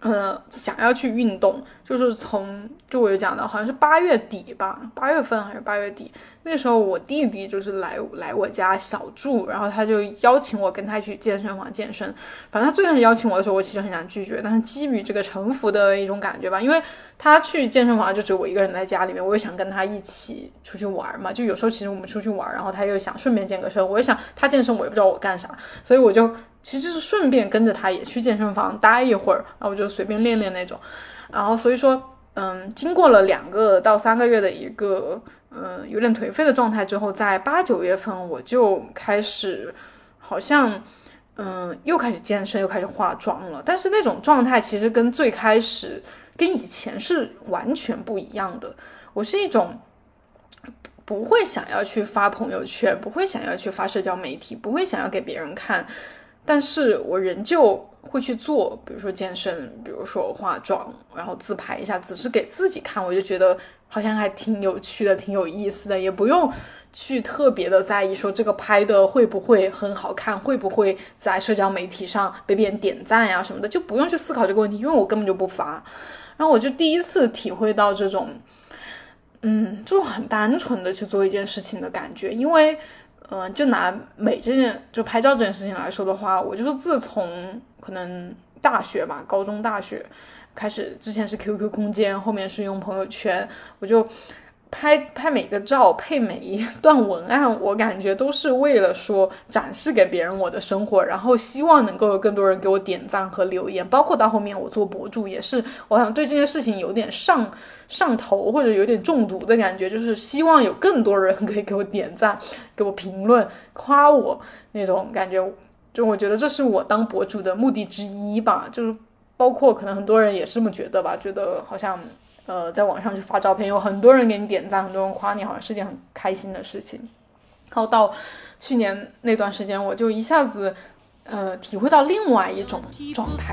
呃，想要去运动，就是从就我有讲的，好像是八月底吧，八月份还是八月底，那时候我弟弟就是来来我家小住，然后他就邀请我跟他去健身房健身。反正他最开始邀请我的时候，我其实很想拒绝，但是基于这个臣服的一种感觉吧，因为他去健身房就只有我一个人在家里面，我也想跟他一起出去玩嘛，就有时候其实我们出去玩，然后他又想顺便健个身，我也想他健身我也不知道我干啥，所以我就其实是顺便跟着他也去健身房待一会儿，然后我就随便练练那种。然后所以说嗯，经过了两个到三个月的一个嗯有点颓废的状态之后，在八九月份我就开始好像嗯又开始健身又开始化妆了，但是那种状态其实跟最开始跟以前是完全不一样的。我是一种不会想要去发朋友圈，不会想要去发社交媒体，不会想要给别人看，但是我仍旧会去做，比如说健身，比如说化妆，然后自拍一下，只是给自己看，我就觉得好像还挺有趣的，挺有意思的，也不用去特别的在意说这个拍的会不会很好看，会不会在社交媒体上被别人点赞呀什么的，就不用去思考这个问题，因为我根本就不发。然后我就第一次体会到这种嗯，这种很单纯的去做一件事情的感觉。因为呃，就拿美这件就拍照这件事情来说的话，我就是自从可能大学吧，高中大学开始，之前是 Q Q 空间，后面是用朋友圈，我就拍拍每个照配每一段文案，我感觉都是为了说展示给别人我的生活，然后希望能够有更多人给我点赞和留言。包括到后面我做博主也是，我想对这件事情有点上上头，或者有点中毒的感觉，就是希望有更多人可以给我点赞，给我评论，夸我那种感觉。就我觉得这是我当博主的目的之一吧，就是包括可能很多人也是这么觉得吧，觉得好像呃，在网上去发照片，有很多人给你点赞，很多人夸你，好像是件很开心的事情。然后到去年那段时间，我就一下子呃体会到另外一种状态。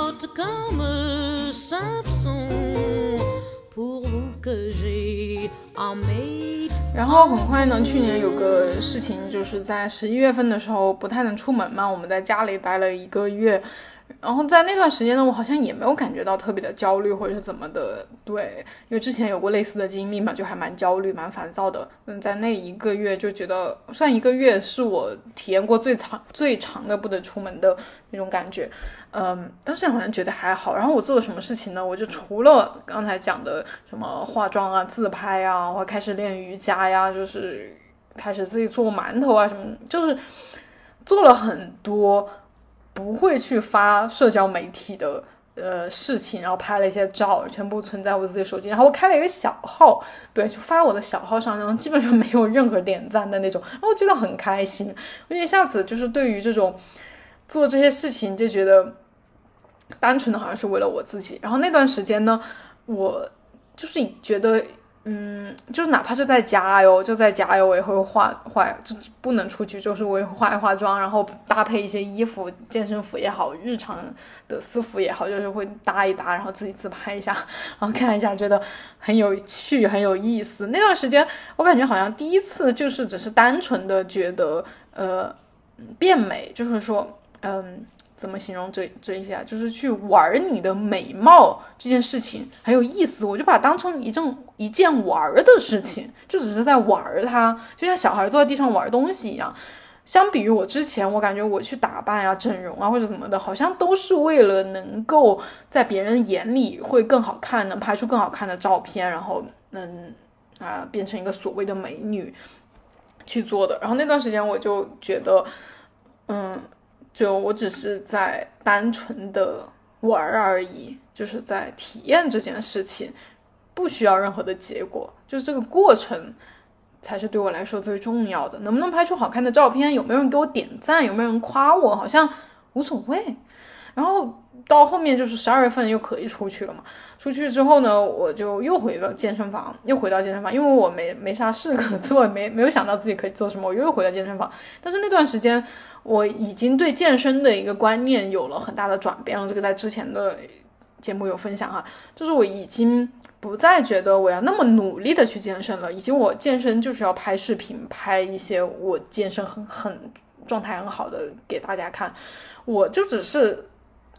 然后很快呢，去年有个事情，就是在十一月份的时候不太能出门嘛，我们在家里待了一个月。然后在那段时间呢，我好像也没有感觉到特别的焦虑或者是怎么的，对，因为之前有过类似的经历嘛，就还蛮焦虑蛮烦躁的。嗯，在那一个月就觉得，算一个月是我体验过最长最长的不得出门的那种感觉。嗯，当时好像觉得还好。然后我做了什么事情呢？我就除了刚才讲的什么化妆啊、自拍啊，我开始练瑜伽呀，就是开始自己做馒头啊什么，就是做了很多不会去发社交媒体的呃事情，然后拍了一些照，全部存在我自己手机。然后我开了一个小号，对，就发我的小号上，然后基本上没有任何点赞的那种，然后我觉得很开心。我一下子就是对于这种做这些事情就觉得单纯的好像是为了我自己。然后那段时间呢，我就是觉得嗯，就是哪怕是在家哟，就在家哟，我也会化化，就不能出去，就是我也会化一化妆，然后搭配一些衣服，健身服也好，日常的私服也好，就是会搭一搭，然后自己自拍一下，然后看一下，觉得很有趣，很有意思。那段时间，我感觉好像第一次就是只是单纯的觉得，呃，变美，就是说，嗯。怎么形容这这一下，就是去玩你的美貌这件事情很有意思，我就把它当成一种一件玩的事情，就只是在玩它，就像小孩坐在地上玩东西一样。相比于我之前，我感觉我去打扮啊、整容啊或者怎么的，好像都是为了能够在别人眼里会更好看，能拍出更好看的照片，然后能啊变成一个所谓的美女去做的。然后那段时间我就觉得，嗯。就我只是在单纯的玩而已，就是在体验这件事情，不需要任何的结果，就是这个过程才是对我来说最重要的。能不能拍出好看的照片，有没有人给我点赞，有没有人夸我，好像无所谓。然后到后面就是十二月份又可以出去了嘛，出去之后呢，我就又回了健身房，又回到健身房，因为我没没啥事可做，没没有想到自己可以做什么，我又回到健身房。但是那段时间我已经对健身的一个观念有了很大的转变了，这个在之前的节目有分享哈，就是我已经不再觉得我要那么努力的去健身了，以及我健身就是要拍视频，拍一些我健身很很状态很好的给大家看，我就只是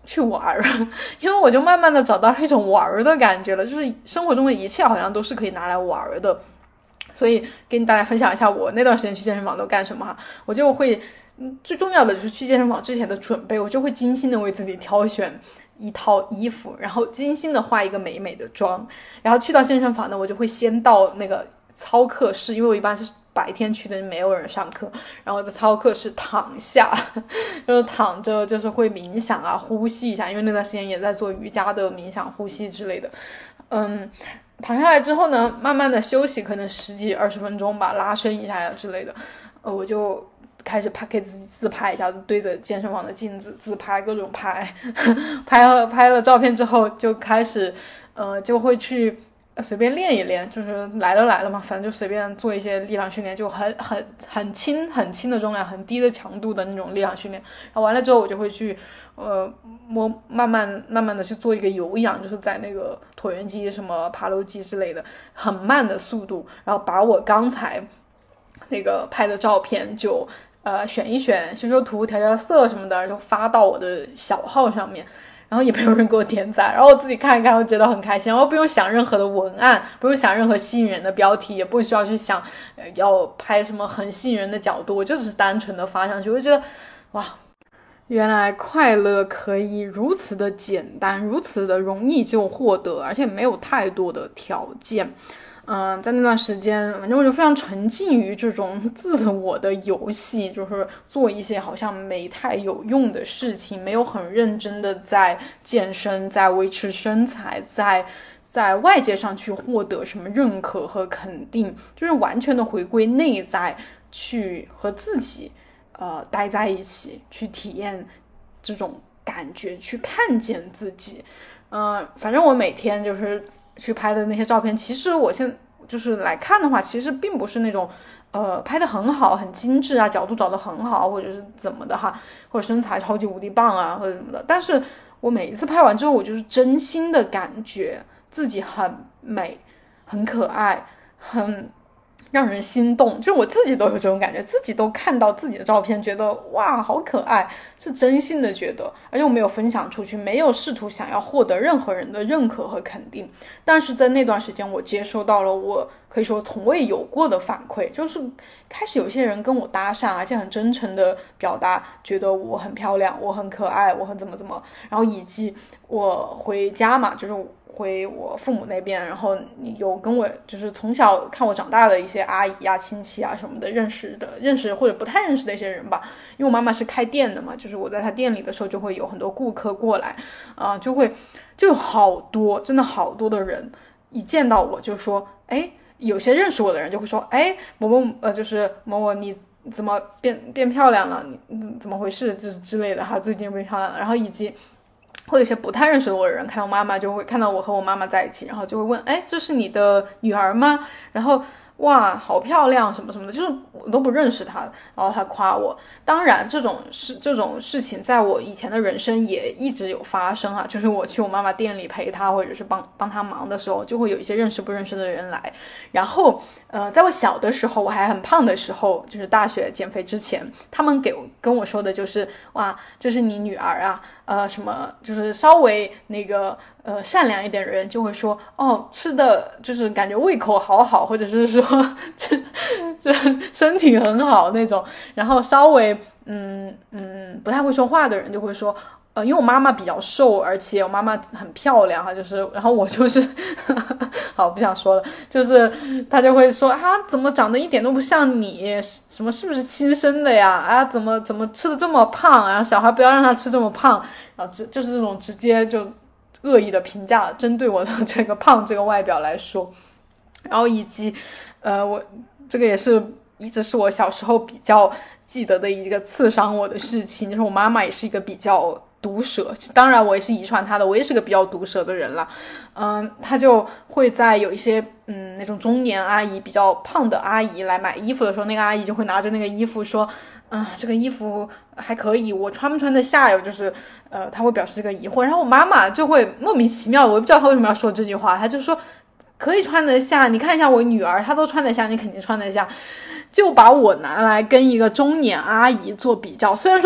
去玩，因为我就慢慢的找到一种玩的感觉了，就是生活中的一切好像都是可以拿来玩的。所以跟大家分享一下我那段时间去健身房都干什么哈，我就会最重要的就是去健身房之前的准备，我就会精心的为自己挑选一套衣服，然后精心的画一个美美的妆，然后去到健身房呢，我就会先到那个操课室，因为我一般是白天去的，没有人上课，然后我的操课室躺下，就是躺着，就是会冥想啊，呼吸一下，因为那段时间也在做瑜伽的冥想呼吸之类的。嗯，躺下来之后呢，慢慢的休息，可能十几二十分钟吧，拉伸一下呀之类的，呃，我就开始拍给自己自拍一下，对着健身房的镜子自拍，各种拍拍了拍了照片之后，就开始呃就会去随便练一练，就是来了来了嘛，反正就随便做一些力量训练，就很很很轻很轻的重量，很低的强度的那种力量训练。然后完了之后，我就会去呃摸慢慢慢慢的去做一个有氧，就是在那个椭圆机、什么爬楼机之类的，很慢的速度，然后把我刚才那个拍的照片就呃选一选，修修图、调调色什么的，就发到我的小号上面。然后也没有人给我点赞，然后我自己看一看，我觉得很开心，然后不用想任何的文案，不用想任何吸引人的标题，也不需要去想、呃、要拍什么很吸引人的角度，我就只是单纯的发上去，我就觉得哇，原来快乐可以如此的简单，如此的容易就获得，而且没有太多的条件。嗯，在那段时间，反正我就非常沉浸于这种自我的游戏，就是做一些好像没太有用的事情，没有很认真的在健身，在维持身材，在在外界上去获得什么认可和肯定，就是完全的回归内在，去和自己呃待在一起，去体验这种感觉，去看见自己。嗯、呃，反正我每天就是去拍的那些照片，其实我现在就是来看的话，其实并不是那种呃拍的很好很精致啊，角度找的很好或者是怎么的哈，或者身材超级无敌棒啊或者怎么的，但是我每一次拍完之后，我就是真心的感觉自己很美很可爱很让人心动，就是我自己都有这种感觉，自己都看到自己的照片觉得哇好可爱，是真心的觉得，而且我没有分享出去，没有试图想要获得任何人的认可和肯定，但是在那段时间我接收到了我可以说从未有过的反馈，就是开始有些人跟我搭讪，而且很真诚的表达觉得我很漂亮我很可爱我很怎么怎么，然后以及我回家嘛，就是回我父母那边，然后有跟我就是从小看我长大的一些阿姨啊亲戚啊什么的认识的认识或者不太认识的一些人吧，因为我妈妈是开店的嘛，就是我在她店里的时候就会有很多顾客过来啊、呃，就会就有好多真的好多的人一见到我就说哎，有些认识我的人就会说哎某某呃就是某某你怎么变变漂亮了你怎么回事就是之类的哈，最近变漂亮了，然后以及会有一些不太认识我的人看到妈妈就会看到我和我妈妈在一起，然后就会问哎这是你的女儿吗，然后哇好漂亮什么什么的，就是我都不认识她，然后她夸我。当然这种事这种事情在我以前的人生也一直有发生啊，就是我去我妈妈店里陪她或者是帮帮她忙的时候，就会有一些认识不认识的人来。然后呃，在我小的时候我还很胖的时候，就是大学减肥之前，他们给我跟我说的就是哇这是你女儿啊，呃什么就是稍微那个呃善良一点的人就会说哦吃的就是感觉胃口好好，或者是说这这身体很好那种，然后稍微嗯嗯不太会说话的人就会说呃，因为我妈妈比较瘦，而且我妈妈很漂亮哈，就是然后我就是呵呵好不想说了，就是她就会说啊怎么长得一点都不像你，什么是不是亲生的呀啊怎么怎么吃的这么胖啊，小孩不要让他吃这么胖，然后就是这种直接就恶意的评价针对我的这个胖这个外表来说，然后以及呃我这个也是一直是我小时候比较记得的一个刺伤我的事情，就是我妈妈也是一个比较毒舌，当然我也是遗传她的，我也是个比较毒舌的人了。嗯，她就会在有一些嗯那种中年阿姨比较胖的阿姨来买衣服的时候，那个阿姨就会拿着那个衣服说嗯这个衣服还可以我穿不穿得下呀，就是呃她会表示这个疑惑，然后我妈妈就会莫名其妙，我也不知道她为什么要说这句话，她就说可以穿得下，你看一下我女儿她都穿得下，你肯定穿得下，就把我拿来跟一个中年阿姨做比较。虽然说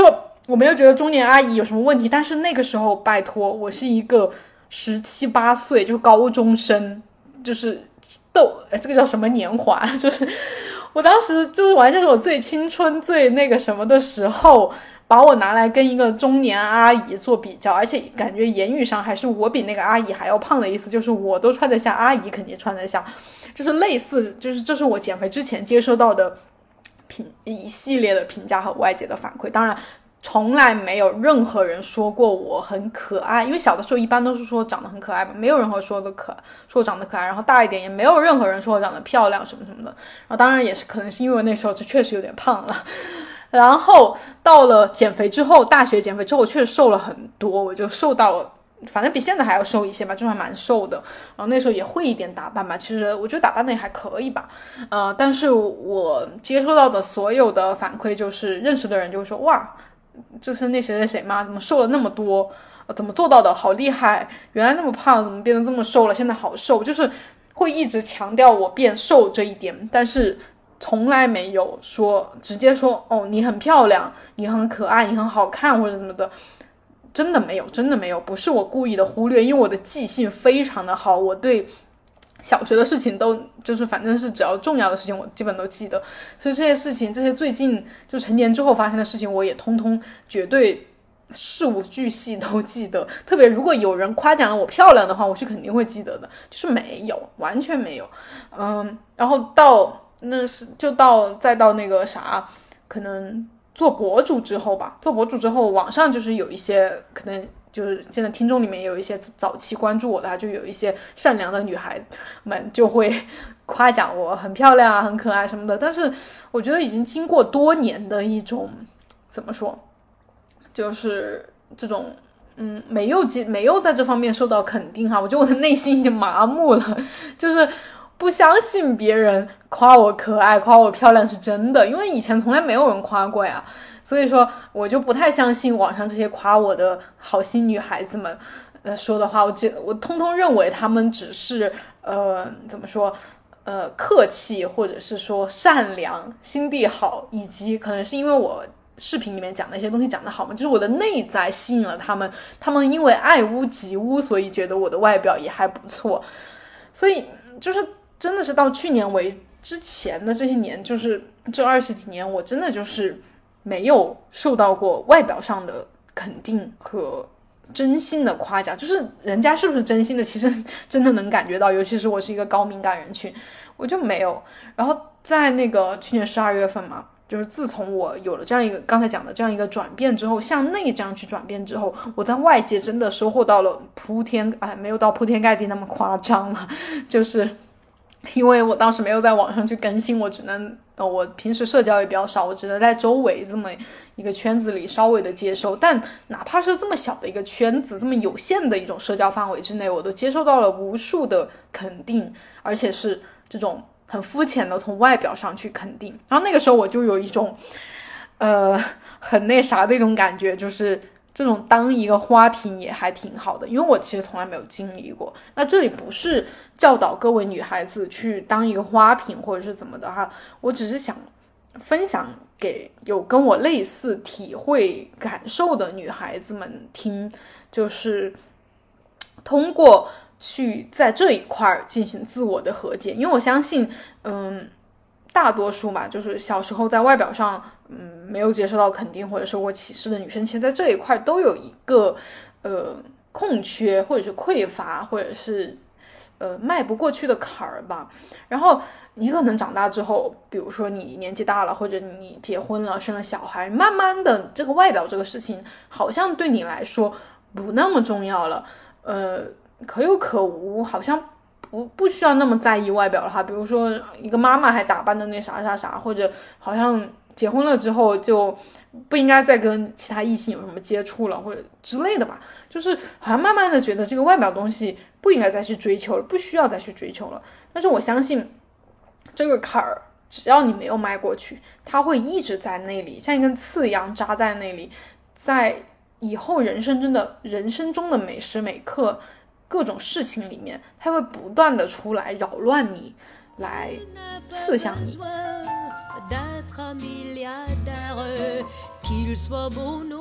我没有觉得中年阿姨有什么问题，但是那个时候拜托，我是一个十七八岁就是高中生，就是逗，这个叫什么年华，就是我当时就是完全是我最青春最那个什么的时候，把我拿来跟一个中年阿姨做比较，而且感觉言语上还是我比那个阿姨还要胖的意思，就是我都穿得下，阿姨肯定穿得下，就是类似，就是这是我减肥之前接收到的评一系列的评价和外界的反馈。当然从来没有任何人说过我很可爱，因为小的时候一般都是说长得很可爱吧，没有任何说的可说我长得可爱，然后大一点也没有任何人说我长得漂亮什么什么的。然后当然也是可能是因为我那时候就确实有点胖了，然后到了减肥之后，大学减肥之后我确实瘦了很多，我就瘦到了反正比现在还要瘦一些吧，就还蛮瘦的。然后那时候也会一点打扮吧，其实我觉得打扮的也还可以吧。呃，但是我接收到的所有的反馈就是认识的人就会说，哇，这是那谁谁谁吗？怎么瘦了那么多？怎么做到的？好厉害！原来那么胖，怎么变得这么瘦了？现在好瘦，就是会一直强调我变瘦这一点，但是从来没有说直接说哦，你很漂亮，你很可爱，你很好看或者怎么的，真的没有，真的没有，不是我故意的忽略，因为我的记性非常的好，我对小学的事情都就是反正是只要重要的事情我基本都记得，所以这些事情这些最近就成年之后发生的事情我也通通绝对事无巨细都记得，特别如果有人夸奖了我漂亮的话我是肯定会记得的，就是没有，完全没有。嗯，然后到那是就到再到那个啥可能做博主之后吧，做博主之后网上就是有一些可能就是现在听众里面有一些早期关注我的，就有一些善良的女孩们就会夸奖我很漂亮啊，很可爱什么的。但是我觉得已经经过多年的一种怎么说，就是这种嗯没有没有在这方面受到肯定哈，我觉得我的内心已经麻木了，就是不相信别人夸我可爱夸我漂亮是真的，因为以前从来没有人夸过呀。所以说我就不太相信网上这些夸我的好心女孩子们呃说的话，我觉我通通认为他们只是呃怎么说呃客气，或者是说善良心地好，以及可能是因为我视频里面讲的一些东西讲得好嘛，就是我的内在吸引了他们，他们因为爱屋及乌，所以觉得我的外表也还不错。所以就是真的是到去年为之前的这些年，就是这二十几年我真的就是没有受到过外表上的肯定和真心的夸奖，就是人家是不是真心的其实真的能感觉到，尤其是我是一个高敏感人群，我就没有。然后在那个去年十二月份嘛，就是自从我有了这样一个刚才讲的这样一个转变之后，向内这样去转变之后，我在外界真的收获到了铺天哎，没有到铺天盖地那么夸张了，就是因为我当时没有在网上去更新，我只能呃，我平时社交也比较少，我只能在周围这么一个圈子里稍微的接受，但哪怕是这么小的一个圈子，这么有限的一种社交范围之内，我都接受到了无数的肯定，而且是这种很肤浅的从外表上去肯定。然后那个时候我就有一种呃很那啥的一种感觉，就是这种当一个花瓶也还挺好的，因为我其实从来没有经历过。那这里不是教导各位女孩子去当一个花瓶或者是怎么的哈，我只是想分享给有跟我类似体会感受的女孩子们听，就是通过去在这一块进行自我的和解。因为我相信嗯，大多数嘛，就是小时候在外表上嗯没有接受到肯定或者受过歧视的女生，其实在这一块都有一个呃空缺，或者是匮乏，或者是呃迈不过去的坎儿吧。然后你可能长大之后，比如说你年纪大了，或者你结婚了生了小孩，慢慢的这个外表这个事情好像对你来说不那么重要了，呃可有可无，好像不不需要那么在意外表了哈。比如说一个妈妈还打扮的那啥啥啥，或者好像结婚了之后就不应该再跟其他异性有什么接触了，或者之类的吧。就是好像慢慢的觉得这个外表东西不应该再去追求了，不需要再去追求了。但是我相信这个坎儿只要你没有迈过去，它会一直在那里，像一根刺一样扎在那里，在以后人生真的人生中的每时每刻各种事情里面，它会不断的出来扰乱你，来刺向你。 d'être un milliardaire, qu'il soit beau, non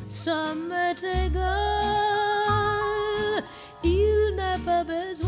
ça m'est égal, il n'a pas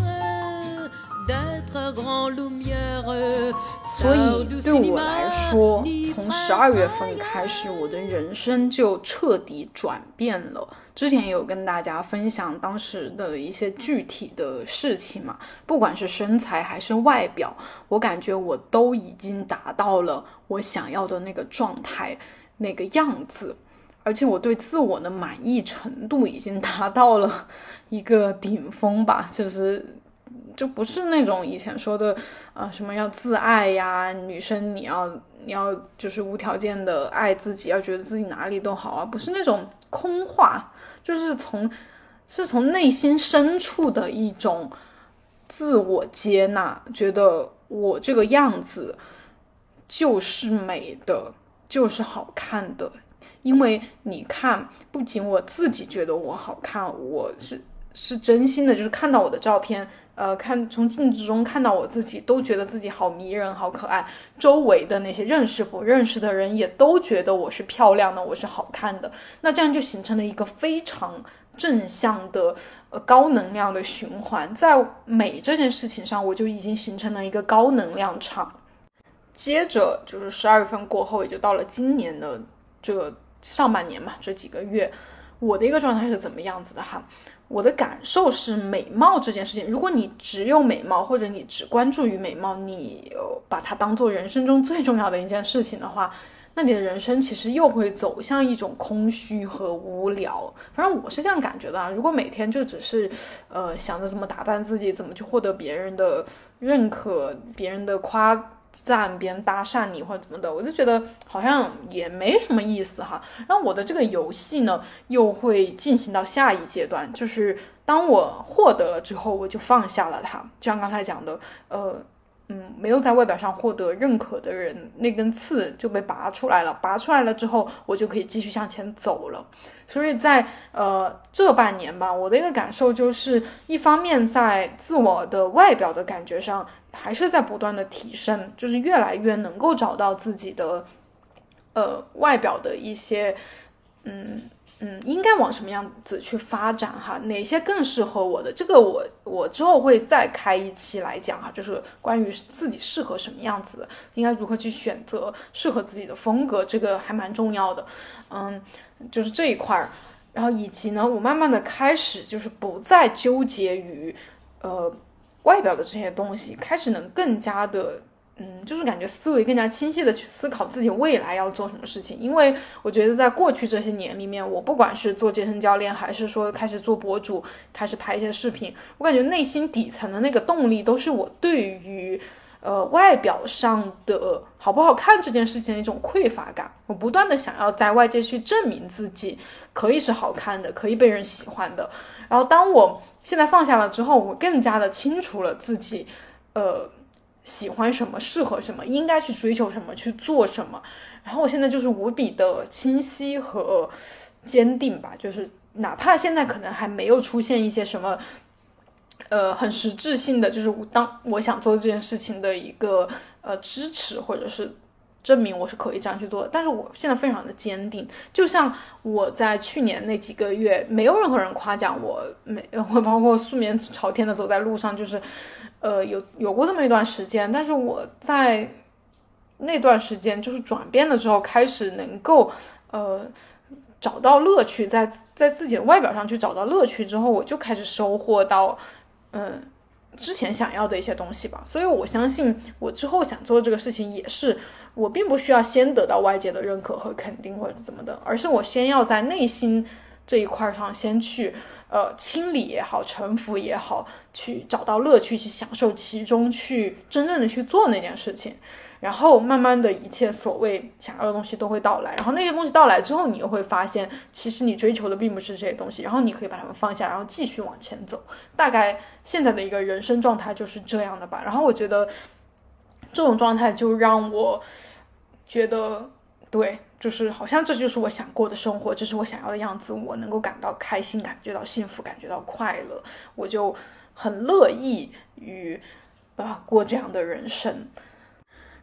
besoin d'être grand lumière。 所以对我来说，从十二月份开始，我的人生就彻底转变了。之前也有跟大家分享当时的一些具体的事情嘛，不管是身材还是外表，我感觉我都已经达到了我想要的那个状态，那个样子。而且我对自我的满意程度已经达到了一个顶峰吧，就是就不是那种以前说的呃什么要自爱呀，女生你要你要就是无条件的爱自己，要觉得自己哪里都好啊，不是那种空话，就是从是从内心深处的一种自我接纳，觉得我这个样子就是美的，就是好看的。因为你看，不仅我自己觉得我好看，我是是真心的，就是看到我的照片，呃，看从镜子中看到我自己，都觉得自己好迷人、好可爱。周围的那些认识不认识的人也都觉得我是漂亮的，我是好看的。那这样就形成了一个非常正向的、呃高能量的循环。在美这件事情上，我就已经形成了一个高能量场。接着就是十二月份过后，也就到了今年的这个上半年嘛，这几个月我的一个状态是怎么样子的哈？我的感受是，美貌这件事情，如果你只有美貌，或者你只关注于美貌，你把它当做人生中最重要的一件事情的话，那你的人生其实又会走向一种空虚和无聊。反正我是这样感觉的啊。如果每天就只是呃想着怎么打扮自己，怎么去获得别人的认可，别人的夸赞，别人搭讪你或者怎么的，我就觉得好像也没什么意思哈。然后我的这个游戏呢又会进行到下一阶段，就是当我获得了之后，我就放下了它。就像刚才讲的呃嗯，没有在外表上获得认可的人，那根刺就被拔出来了，拔出来了之后，我就可以继续向前走了。所以在呃这半年吧，我的一个感受就是，一方面在自我的外表的感觉上还是在不断的提升，就是越来越能够找到自己的呃外表的一些嗯嗯应该往什么样子去发展哈，哪些更适合我的，这个我我之后会再开一期来讲哈，就是关于自己适合什么样子的，应该如何去选择适合自己的风格，这个还蛮重要的。嗯，就是这一块，然后以及呢，我慢慢的开始就是不再纠结于呃外表的这些东西，开始能更加的嗯，就是感觉思维更加清晰的去思考自己未来要做什么事情。因为我觉得在过去这些年里面，我不管是做健身教练，还是说开始做博主，开始拍一些视频，我感觉内心底层的那个动力都是我对于呃外表上的好不好看这件事情的一种匮乏感。我不断的想要在外界去证明自己可以是好看的，可以被人喜欢的。然后当我现在放下了之后，我更加的清楚了自己呃喜欢什么，适合什么，应该去追求什么，去做什么。然后我现在就是无比的清晰和坚定吧，就是哪怕现在可能还没有出现一些什么呃很实质性的，就是当我想做这件事情的一个呃支持，或者是证明我是可以这样去做的，但是我现在非常的坚定。就像我在去年那几个月，没有任何人夸奖我，没我包括素面朝天的走在路上，就是呃有有过这么一段时间，但是我在那段时间就是转变了之后，开始能够呃找到乐趣，在在自己的外表上去找到乐趣之后，我就开始收获到嗯之前想要的一些东西吧。所以我相信我之后想做这个事情也是，我并不需要先得到外界的认可和肯定或者怎么的，而是我先要在内心这一块上先去呃清理也好，臣服也好，去找到乐趣，去享受其中，去真正的去做那件事情。然后慢慢的一切所谓想要的东西都会到来，然后那些东西到来之后，你又会发现其实你追求的并不是这些东西，然后你可以把它们放下，然后继续往前走。大概现在的一个人生状态就是这样的吧。然后我觉得这种状态就让我觉得对，就是好像这就是我想过的生活，这是我想要的样子，我能够感到开心，感觉到幸福，感觉到快乐，我就很乐意于啊过这样的人生。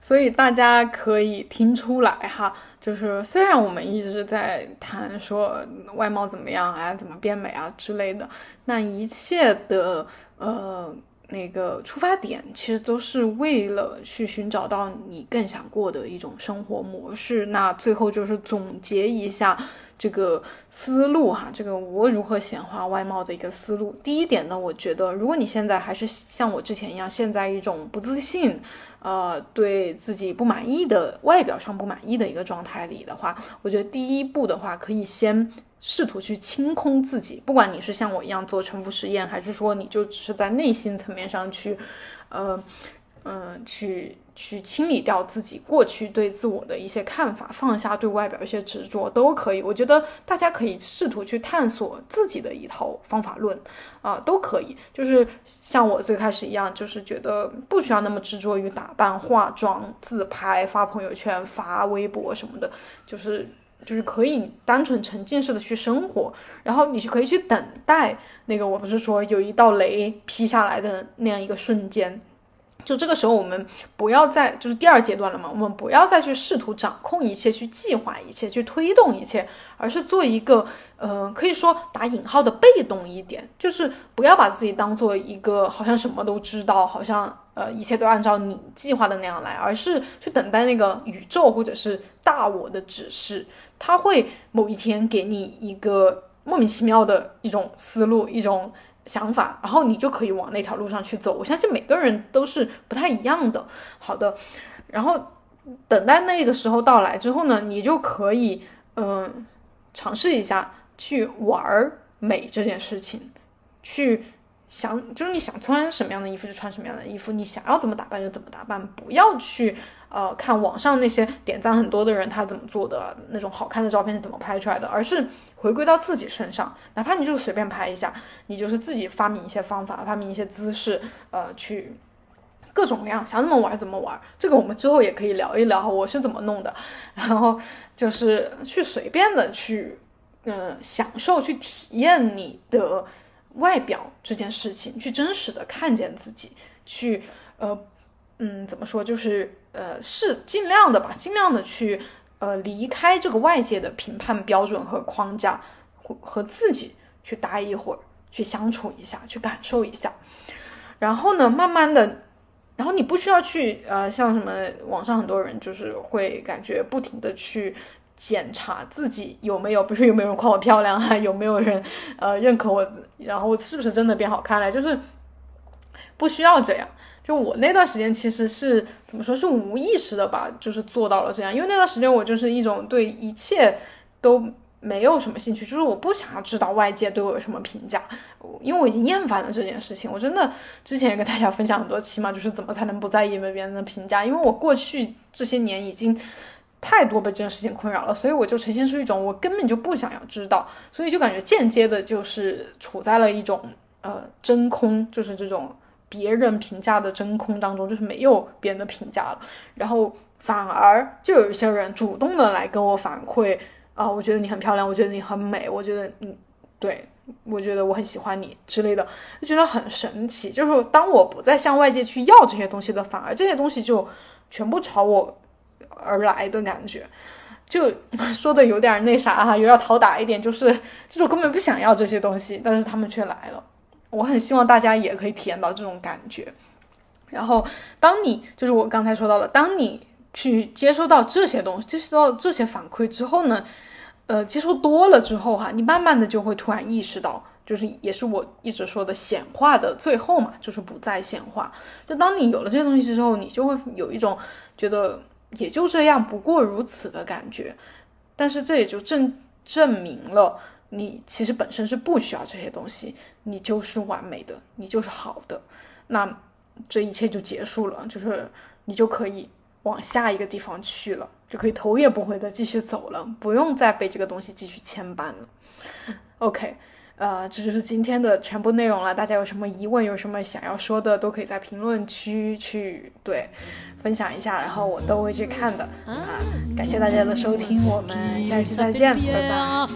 所以大家可以听出来哈，就是虽然我们一直在谈说外貌怎么样啊，怎么变美啊之类的，那一切的呃那个出发点其实都是为了去寻找到你更想过的一种生活模式。那最后就是总结一下这个思路哈，这个我如何显化外貌的一个思路。第一点呢，我觉得如果你现在还是像我之前一样，陷在一种不自信呃，对自己不满意的外表上不满意的一个状态里的话，我觉得第一步的话可以先试图去清空自己，不管你是像我一样做重复实验，还是说你就只是在内心层面上去呃呃去去清理掉自己过去对自我的一些看法，放下对外表一些执着都可以。我觉得大家可以试图去探索自己的一套方法论啊、呃，都可以。就是像我最开始一样，就是觉得不需要那么执着于打扮、化妆、自拍、发朋友圈、发微博什么的，就是就是可以单纯沉浸式的去生活，然后你是可以去等待那个我不是说有一道雷劈下来的那样一个瞬间。就这个时候我们不要再就是第二阶段了嘛，我们不要再去试图掌控一切，去计划一切，去推动一切，而是做一个呃，可以说打引号的被动一点，就是不要把自己当做一个好像什么都知道，好像呃一切都按照你计划的那样来，而是去等待那个宇宙或者是大我的指示，它会某一天给你一个莫名其妙的一种思路，一种想法，然后你就可以往那条路上去走。我相信每个人都是不太一样的。好的，然后等待那个时候到来之后呢，你就可以嗯、呃、尝试一下去玩美这件事情，去想就是你想穿什么样的衣服就穿什么样的衣服，你想要怎么打扮就怎么打扮，不要去呃看网上那些点赞很多的人他怎么做的，那种好看的照片是怎么拍出来的，而是回归到自己身上，哪怕你就随便拍一下，你就是自己发明一些方法，发明一些姿势，呃，去各种各样想怎么玩怎么玩。这个我们之后也可以聊一聊我是怎么弄的，然后就是去随便的去呃享受去体验你的外表这件事情，去真实的看见自己，去呃嗯怎么说，就是呃是尽量的吧，尽量的去呃离开这个外界的评判标准和框架，和自己去待一会儿，去相处一下，去感受一下。然后呢，慢慢的，然后你不需要去呃像什么网上很多人就是会感觉不停的去检查自己有没有，比如说有没有人夸我漂亮啊，有没有人呃认可我，然后是不是真的变好看了，就是不需要这样。就我那段时间其实是怎么说，是无意识的吧，就是做到了这样。因为那段时间我就是一种对一切都没有什么兴趣，就是我不想要知道外界对我有什么评价，因为我已经厌烦了这件事情。我真的之前也跟大家分享很多期嘛，就是怎么才能不在意别人的评价，因为我过去这些年已经太多被这件事情困扰了，所以我就呈现出一种我根本就不想要知道，所以就感觉间接的就是处在了一种呃真空，就是这种别人评价的真空当中，就是没有别人的评价了，然后反而就有一些人主动的来跟我反馈啊、呃，我觉得你很漂亮，我觉得你很美，我觉得嗯对，我觉得我很喜欢你之类的，就觉得很神奇。就是当我不再向外界去要这些东西的，反而这些东西就全部朝我而来的感觉。就说的有点那啥哈，有点讨打一点，就是就是我根本不想要这些东西，但是他们却来了。我很希望大家也可以体验到这种感觉。然后当你就是我刚才说到的，当你去接收到这些东西，接收到这些反馈之后呢，呃，接收多了之后哈，你慢慢的就会突然意识到，就是也是我一直说的显化的最后嘛，就是不再显化。就当你有了这些东西之后，你就会有一种觉得也就这样，不过如此的感觉。但是这也就证证明了你其实本身是不需要这些东西，你就是完美的，你就是好的。那这一切就结束了，就是你就可以往下一个地方去了，就可以头也不回的继续走了，不用再被这个东西继续牵绊了。OK， 呃，这就是今天的全部内容了。大家有什么疑问，有什么想要说的，都可以在评论区去对分享一下，然后我都会去看的啊。感谢大家的收听，我们下期再见，拜拜。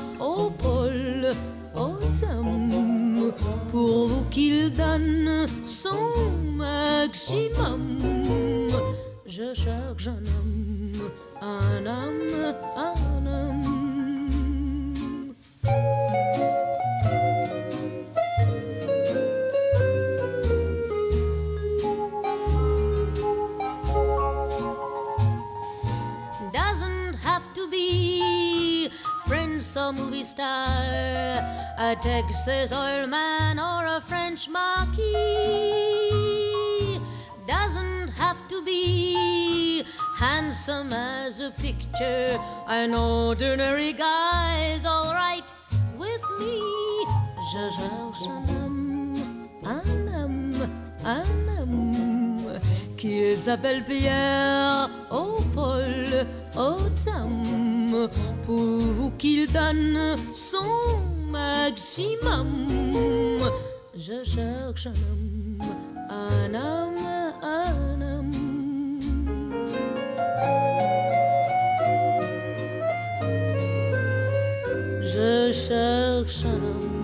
Pour vous qu'il donne son maximum, je cherche un homme, un homme, un homme. Doesn't have to be prince or movie star, a Texas oil man or a French marquis. Doesn't have to be handsome as a picture, an ordinary guy's all right with me. Je cherche un homme, un homme, un homme, qu'ils appellent Pierre, oh Paul, oh Tom, pour qu'il donne son maximum. Je cherche un homme, un homme, un homme. Je cherche un homme.